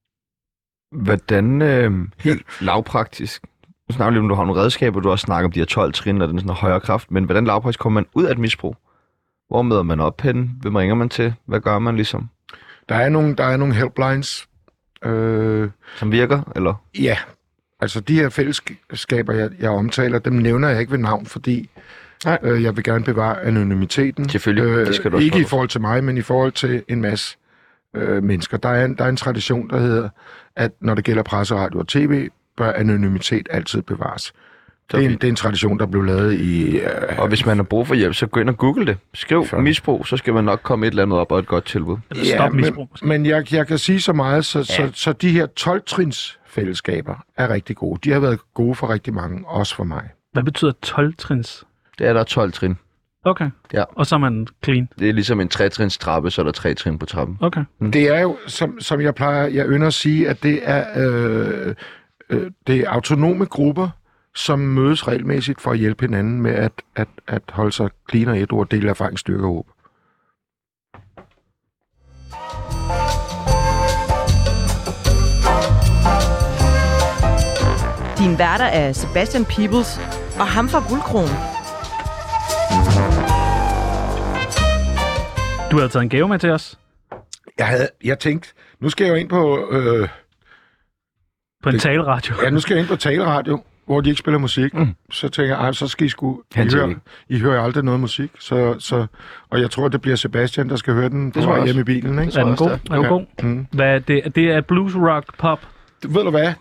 Hvordan øh, helt lavpraktisk, nu snakker vi lidt om, du har nogle redskaber, du har også snakket om de her tolv trin og den sådan højere kraft, men hvordan lavpraktisk kommer man ud af et misbrug? Hvor møder man op henne? Hvem ringer man til? Hvad gør man ligesom? Der er nogle, der er nogle helplines. Øh, Som virker, eller? ja, altså de her fællesskaber, jeg, jeg omtaler, dem nævner jeg ikke ved navn, fordi øh, jeg vil gerne bevare anonymiteten. Selvfølgelig, det skal du også ikke for. i forhold til mig, men i forhold til en masse øh, mennesker. Der er, en, der er en tradition, der hedder, at når det gælder presse, radio og tv, bør anonymitet altid bevares. Det er, en, det er en tradition, der blev lavet i... Øh, og hvis man har brug for hjælp, så gå ind og google det. Skriv Før. misbrug, så skal man nok komme et eller andet op og et godt tilbud. Eller stop misbrug. Men, men jeg, jeg kan sige så meget, så, ja. så, så de her tolv-trins fællesskaber er rigtig gode. De har været gode for rigtig mange, også for mig. Hvad betyder tolv-trins? Det er der tolv trin. Okay. Ja. Og så er man clean? Det er ligesom en tre-trins trappe, så er der tre trin på trappen. Okay. Mm. Det er jo, som, som jeg plejer, jeg ynder at sige, at det er, øh, øh, det er autonome grupper, som mødes regelmæssigt for at hjælpe hinanden med at, at, at holde sig clean og et ord, dele erfaring, styrke og håb. Din værter er Sebastian Peebles og ham fra Guldkronen. Du havde taget en gave med til os? Jeg havde, jeg tænkte, nu skal jeg jo ind på, øh, På en Det- taleradio? ja, nu skal jeg ind på taleradio, hvor de ikke spiller musik. Mm. Så tænker jeg, ej, så skal I sgu, I Han siger hører, ikke. I hører aldrig noget musik. Så, så, og jeg tror, det bliver Sebastian, der skal høre den på tror jeg vej også. hjemme i bilen, ikke? Er den også, god? det Er den Ja. god? Mm. Hvad er det? Det er blues, rock, pop? Du, ved du hvad?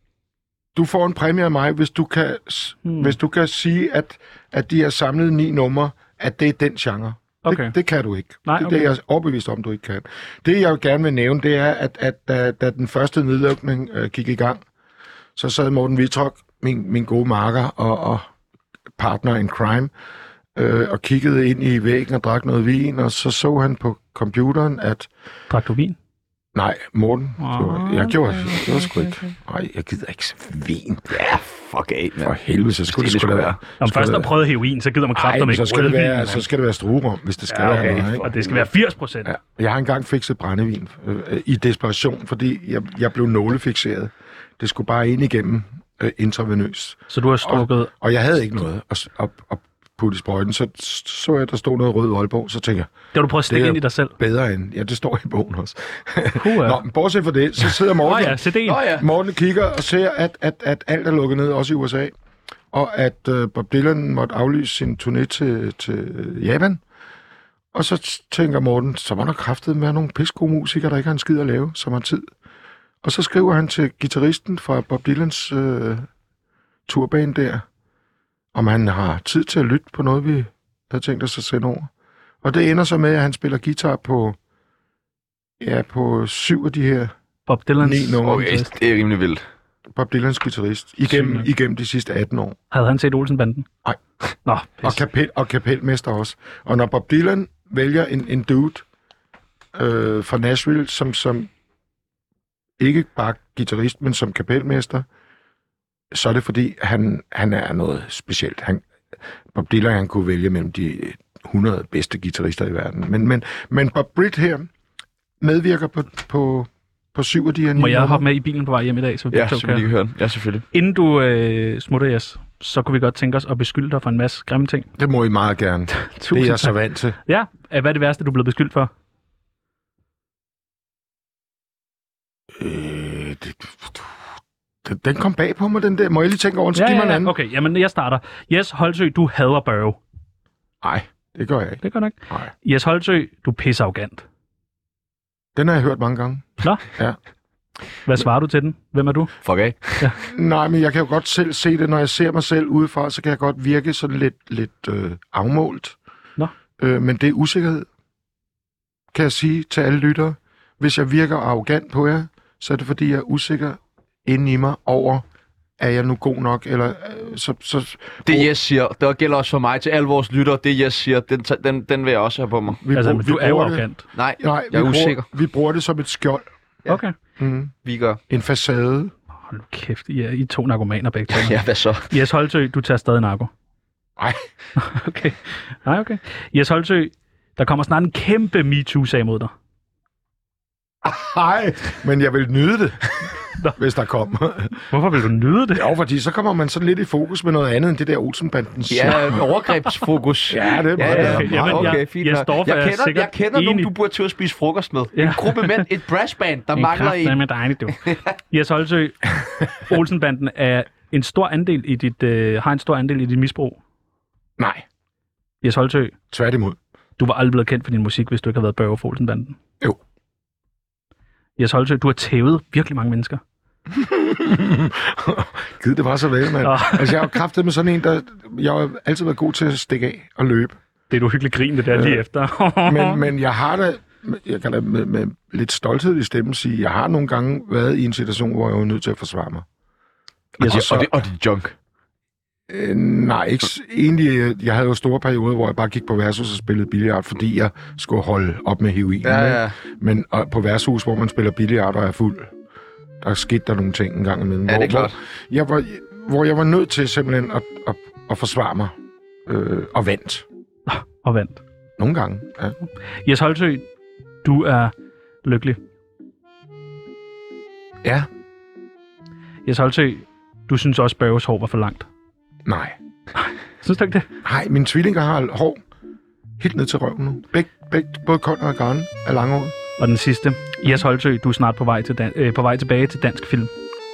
Du får en præmie af mig, hvis du kan, Hmm. hvis du kan sige, at, at de har samlet ni numre, at det er den genre. Okay. Det, det kan du ikke. Nej, Det er okay. det, jeg er overbevist om, du ikke kan. Det, jeg gerne vil nævne, det er, at, at da, da den første nedlukning øh, gik i gang, så sad Morten Wittrock, min, min gode marker og, og partner in crime, øh, og kiggede ind i væggen og drak noget vin, og så så han på computeren, at... Drak du vin? Nej, Morten. Ah, jeg gjorde okay, det. var sgu ikke. Nej, jeg gider ikke vin. Ja, fuck af, For mand. helvede, så skulle det, Det skulle skulle det være. Når man Skulle først har det prøvet heroin, så gider man Ej, kræfter men ikke så skal, det rødvin, være, mand. så skal det være struerum, hvis det skal Ja, være okay. noget, ikke? Og det skal være firs procent. Ja. Jeg har engang fikset brændevin øh, i desperation, fordi jeg, jeg blev nålefixeret. Det skulle bare ind igennem øh, intravenøst. Så du har strukket... Og jeg havde ikke noget at, at, at putte i sprøjten. Så så jeg, der stod noget rød Aalborg, så tænker jeg, Det har du prøvet at stikke Det er- ind i dig selv. bedre end... Ja, det står i bogen også. Puha. Nå, men bortset fra det, så sidder Nå Morten... ja, C D'en. Nå ja. Morten kigger og ser, at, at, at alt er lukket ned, også i U S A. Og at uh, Bob Dylan måtte aflyse sin turné til, til Japan. Og så t- tænker Morten, så var der kraftet med nogle pissegode musikere, der ikke har en skid at lave, som har tid. Og så skriver han til guitaristen fra Bob Dylans uh, turbane der, om han har tid til at lytte på noget, vi havde tænkt os at sende over. Og det ender så med, at han spiller guitar på, ja, på syv af de her Bob Dylans. ni numre. Okay, det er rimelig vildt. Bob Dylans guitarist igennem, Sygt. igennem de sidste atten år. Havde han set Olsenbanden? Nej. Nå, Og, pis. kapel, og kapelmester også. Og når Bob Dylan vælger en, en dude øh, fra Nashville, som, som ikke bare guitarist, men som kapelmester, så er det fordi, han, han er noget specielt. Han, Bob Dylan han kunne vælge mellem de hundrede bedste guitarister i verden. Men, men, men Bob Britt her medvirker på, på, på syv af de her ni Må jeg numre. hoppe med i bilen på vej hjem i dag? Så vi Ja, to så vi lige kan høre den. Ja, selvfølgelig. Inden du øh, smutter, Jes, så kunne vi godt tænke os at beskylde dig for en masse grimme ting. Det må I meget gerne. Tusind Det er jeg så tak. vant til. Ja, hvad er det værste, du er blevet beskyldt for? Øh, det, den, den kom bag på mig, den der. Må jeg lige tænke over den? Så Ja, giv mig en ja, anden. ja. Okay, jamen jeg starter. Jes Holtsø, du hader Børge. Nej, det gør jeg ikke. Det gør nok. Nej. Jes Holtsø, du er pissearrogant. Den har jeg hørt mange gange. Nå? Ja. Hvad svarer du til den? Hvem er du? Fuck af. Nej, men jeg kan jo godt selv se det, når jeg ser mig selv udefra, så kan jeg godt virke sådan lidt, lidt øh, afmålt. Nå. Øh, men det er usikkerhed, kan jeg sige til alle lyttere. Hvis jeg virker arrogant på jer, så er det fordi, jeg er usikker inde i mig over, er jeg nu god nok, eller øh, så... så Det Jes siger, det gælder også for mig til alle vores lyttere. Det Jes siger, den, den, den vil jeg også have på mig. vi Altså, brug- men vi du er jo bruger det- arrogant. Nej, Nej, jeg er vi usikker. Bruger, vi bruger det som et skjold. Ja. Okay. Mm. Vi gør. En facade. Hold nu kæft, I er, I er to narkomaner begge to. Ja, hvad så? Jes Holtsø, du tager stadig narko. Nej. Okay. Nej, okay. Jes Holtsø, der kommer snart en kæmpe MeToo-sag mod dig. Nej, men jeg vil nyde det, Nå. hvis der kommer. Hvorfor vil du nyde det? Jo, fordi så kommer man sådan lidt i fokus med noget andet end det der Olsenbandens. Ja, overgrebsfokus. Ja, det er meget. Ja, ja, Okay, jamen, okay, jeg- fint jeg nok. står for, jeg jeg er kender, sikkert jeg kender nogen, enig. du burde til at spise frokost med. Ja. En gruppe mænd, et brassband, der mangler en. Det er med dejligt, du. Jes Holtsø, Olsenbanden er en stor andel i dit, øh, har en stor andel i dit misbrug. Nej, Jes Holtsø, tværtimod. du var aldrig blevet kendt for din musik, hvis du ikke havde været Børge for Olsenbanden. Jo. Jes Holtsø, du har tævet virkelig mange mennesker. Gid, det var så vel, mand. Nå. Altså, jeg har jo kraftet med sådan en, der... Jeg har altid været god til at stikke af og løbe. Det er du hyggelig grin, det der lige efter. Men, men jeg har da... Jeg kan da med, med lidt stolthed i stemmen sige, jeg har nogle gange været i en situation, hvor jeg var nødt til at forsvare mig. Og, så- og, det, og det er junk. Øh, nej, ikke s- egentlig. øh, Jeg havde jo store perioder, hvor jeg bare gik på værtshus og spillede billard, fordi jeg skulle holde op med heroin. Ja, ja. Men og på værtshus, hvor man spiller billard og er fuld, der skete der nogle ting en gang imellem. Ja, det er hvor, klart. Hvor jeg, var, hvor jeg var nødt til simpelthen at, at, at forsvare mig. Øh, og vandt. Og vandt. Nogle gange, ja. Jes Holtsø, du er lykkelig. Ja, Jes Holtsø, du synes også, Børges hår var for langt. nej. Synes du ikke det? Nej, mine tvillinger har hår helt ned til røven nu. Begge, begge, både Conrad og Karen er langhåret. Og den sidste. Jes Holtsø, du er snart på vej, til dan- øh, på vej tilbage til dansk film.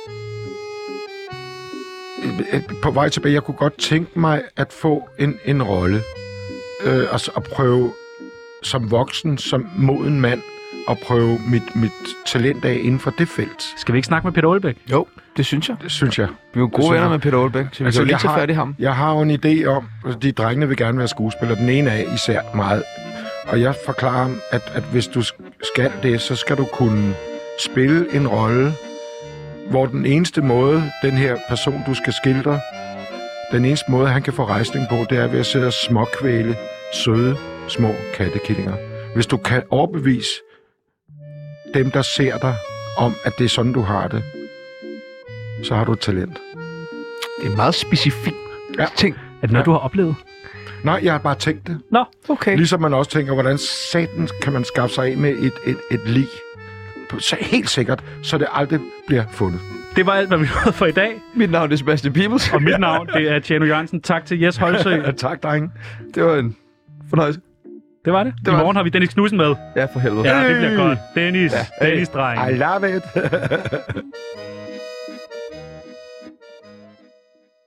Øh, På vej tilbage, jeg kunne godt tænke mig at få en, en rolle. Øh, og, så- at prøve som voksen, som moden mand, at prøve mit, mit talent af inden for det felt. Skal vi ikke snakke med Peter Aalbæk? Jo, det synes jeg. Det synes jeg. Vi er jo gode synes venner jeg. med Peter Aalbæk, så vi Altså, kan jo lige jeg tage har- fat i ham. Jeg har jo en idé om, at de drengene vil gerne være skuespillere. Den ene af især meget. Og jeg forklarer ham, at, at hvis du skal det, så skal du kunne spille en rolle, hvor den eneste måde, den her person, du skal skildre, den eneste måde, han kan få rejsning på, det er ved at sidde og småkvæle søde, små kattekillinger. Hvis du kan overbevise dem, der ser dig, om, at det er sådan, du har det, så har du et talent. Det er en meget specifik Ja. ting. Er det noget, Ja. du har oplevet? Nej, jeg har bare tænkt det. Nå, Okay. Ligesom man også tænker, hvordan satan kan man skaffe sig af med et, et, et lig. Så helt sikkert, så det aldrig bliver fundet. det var alt, hvad vi nåede for i dag. Mit navn er Sebastian Peebles. Og mit navn, det er Tjano Jørgensen. Tak til Jes Holtsø. Tak, drenge. Det var en fornøjelse. Det var det. Det I var morgen har vi Dennis Knudsen med. Ja, for helvede. Ja, det bliver godt. Dennis, Ja. Dennis, dreng. I love it.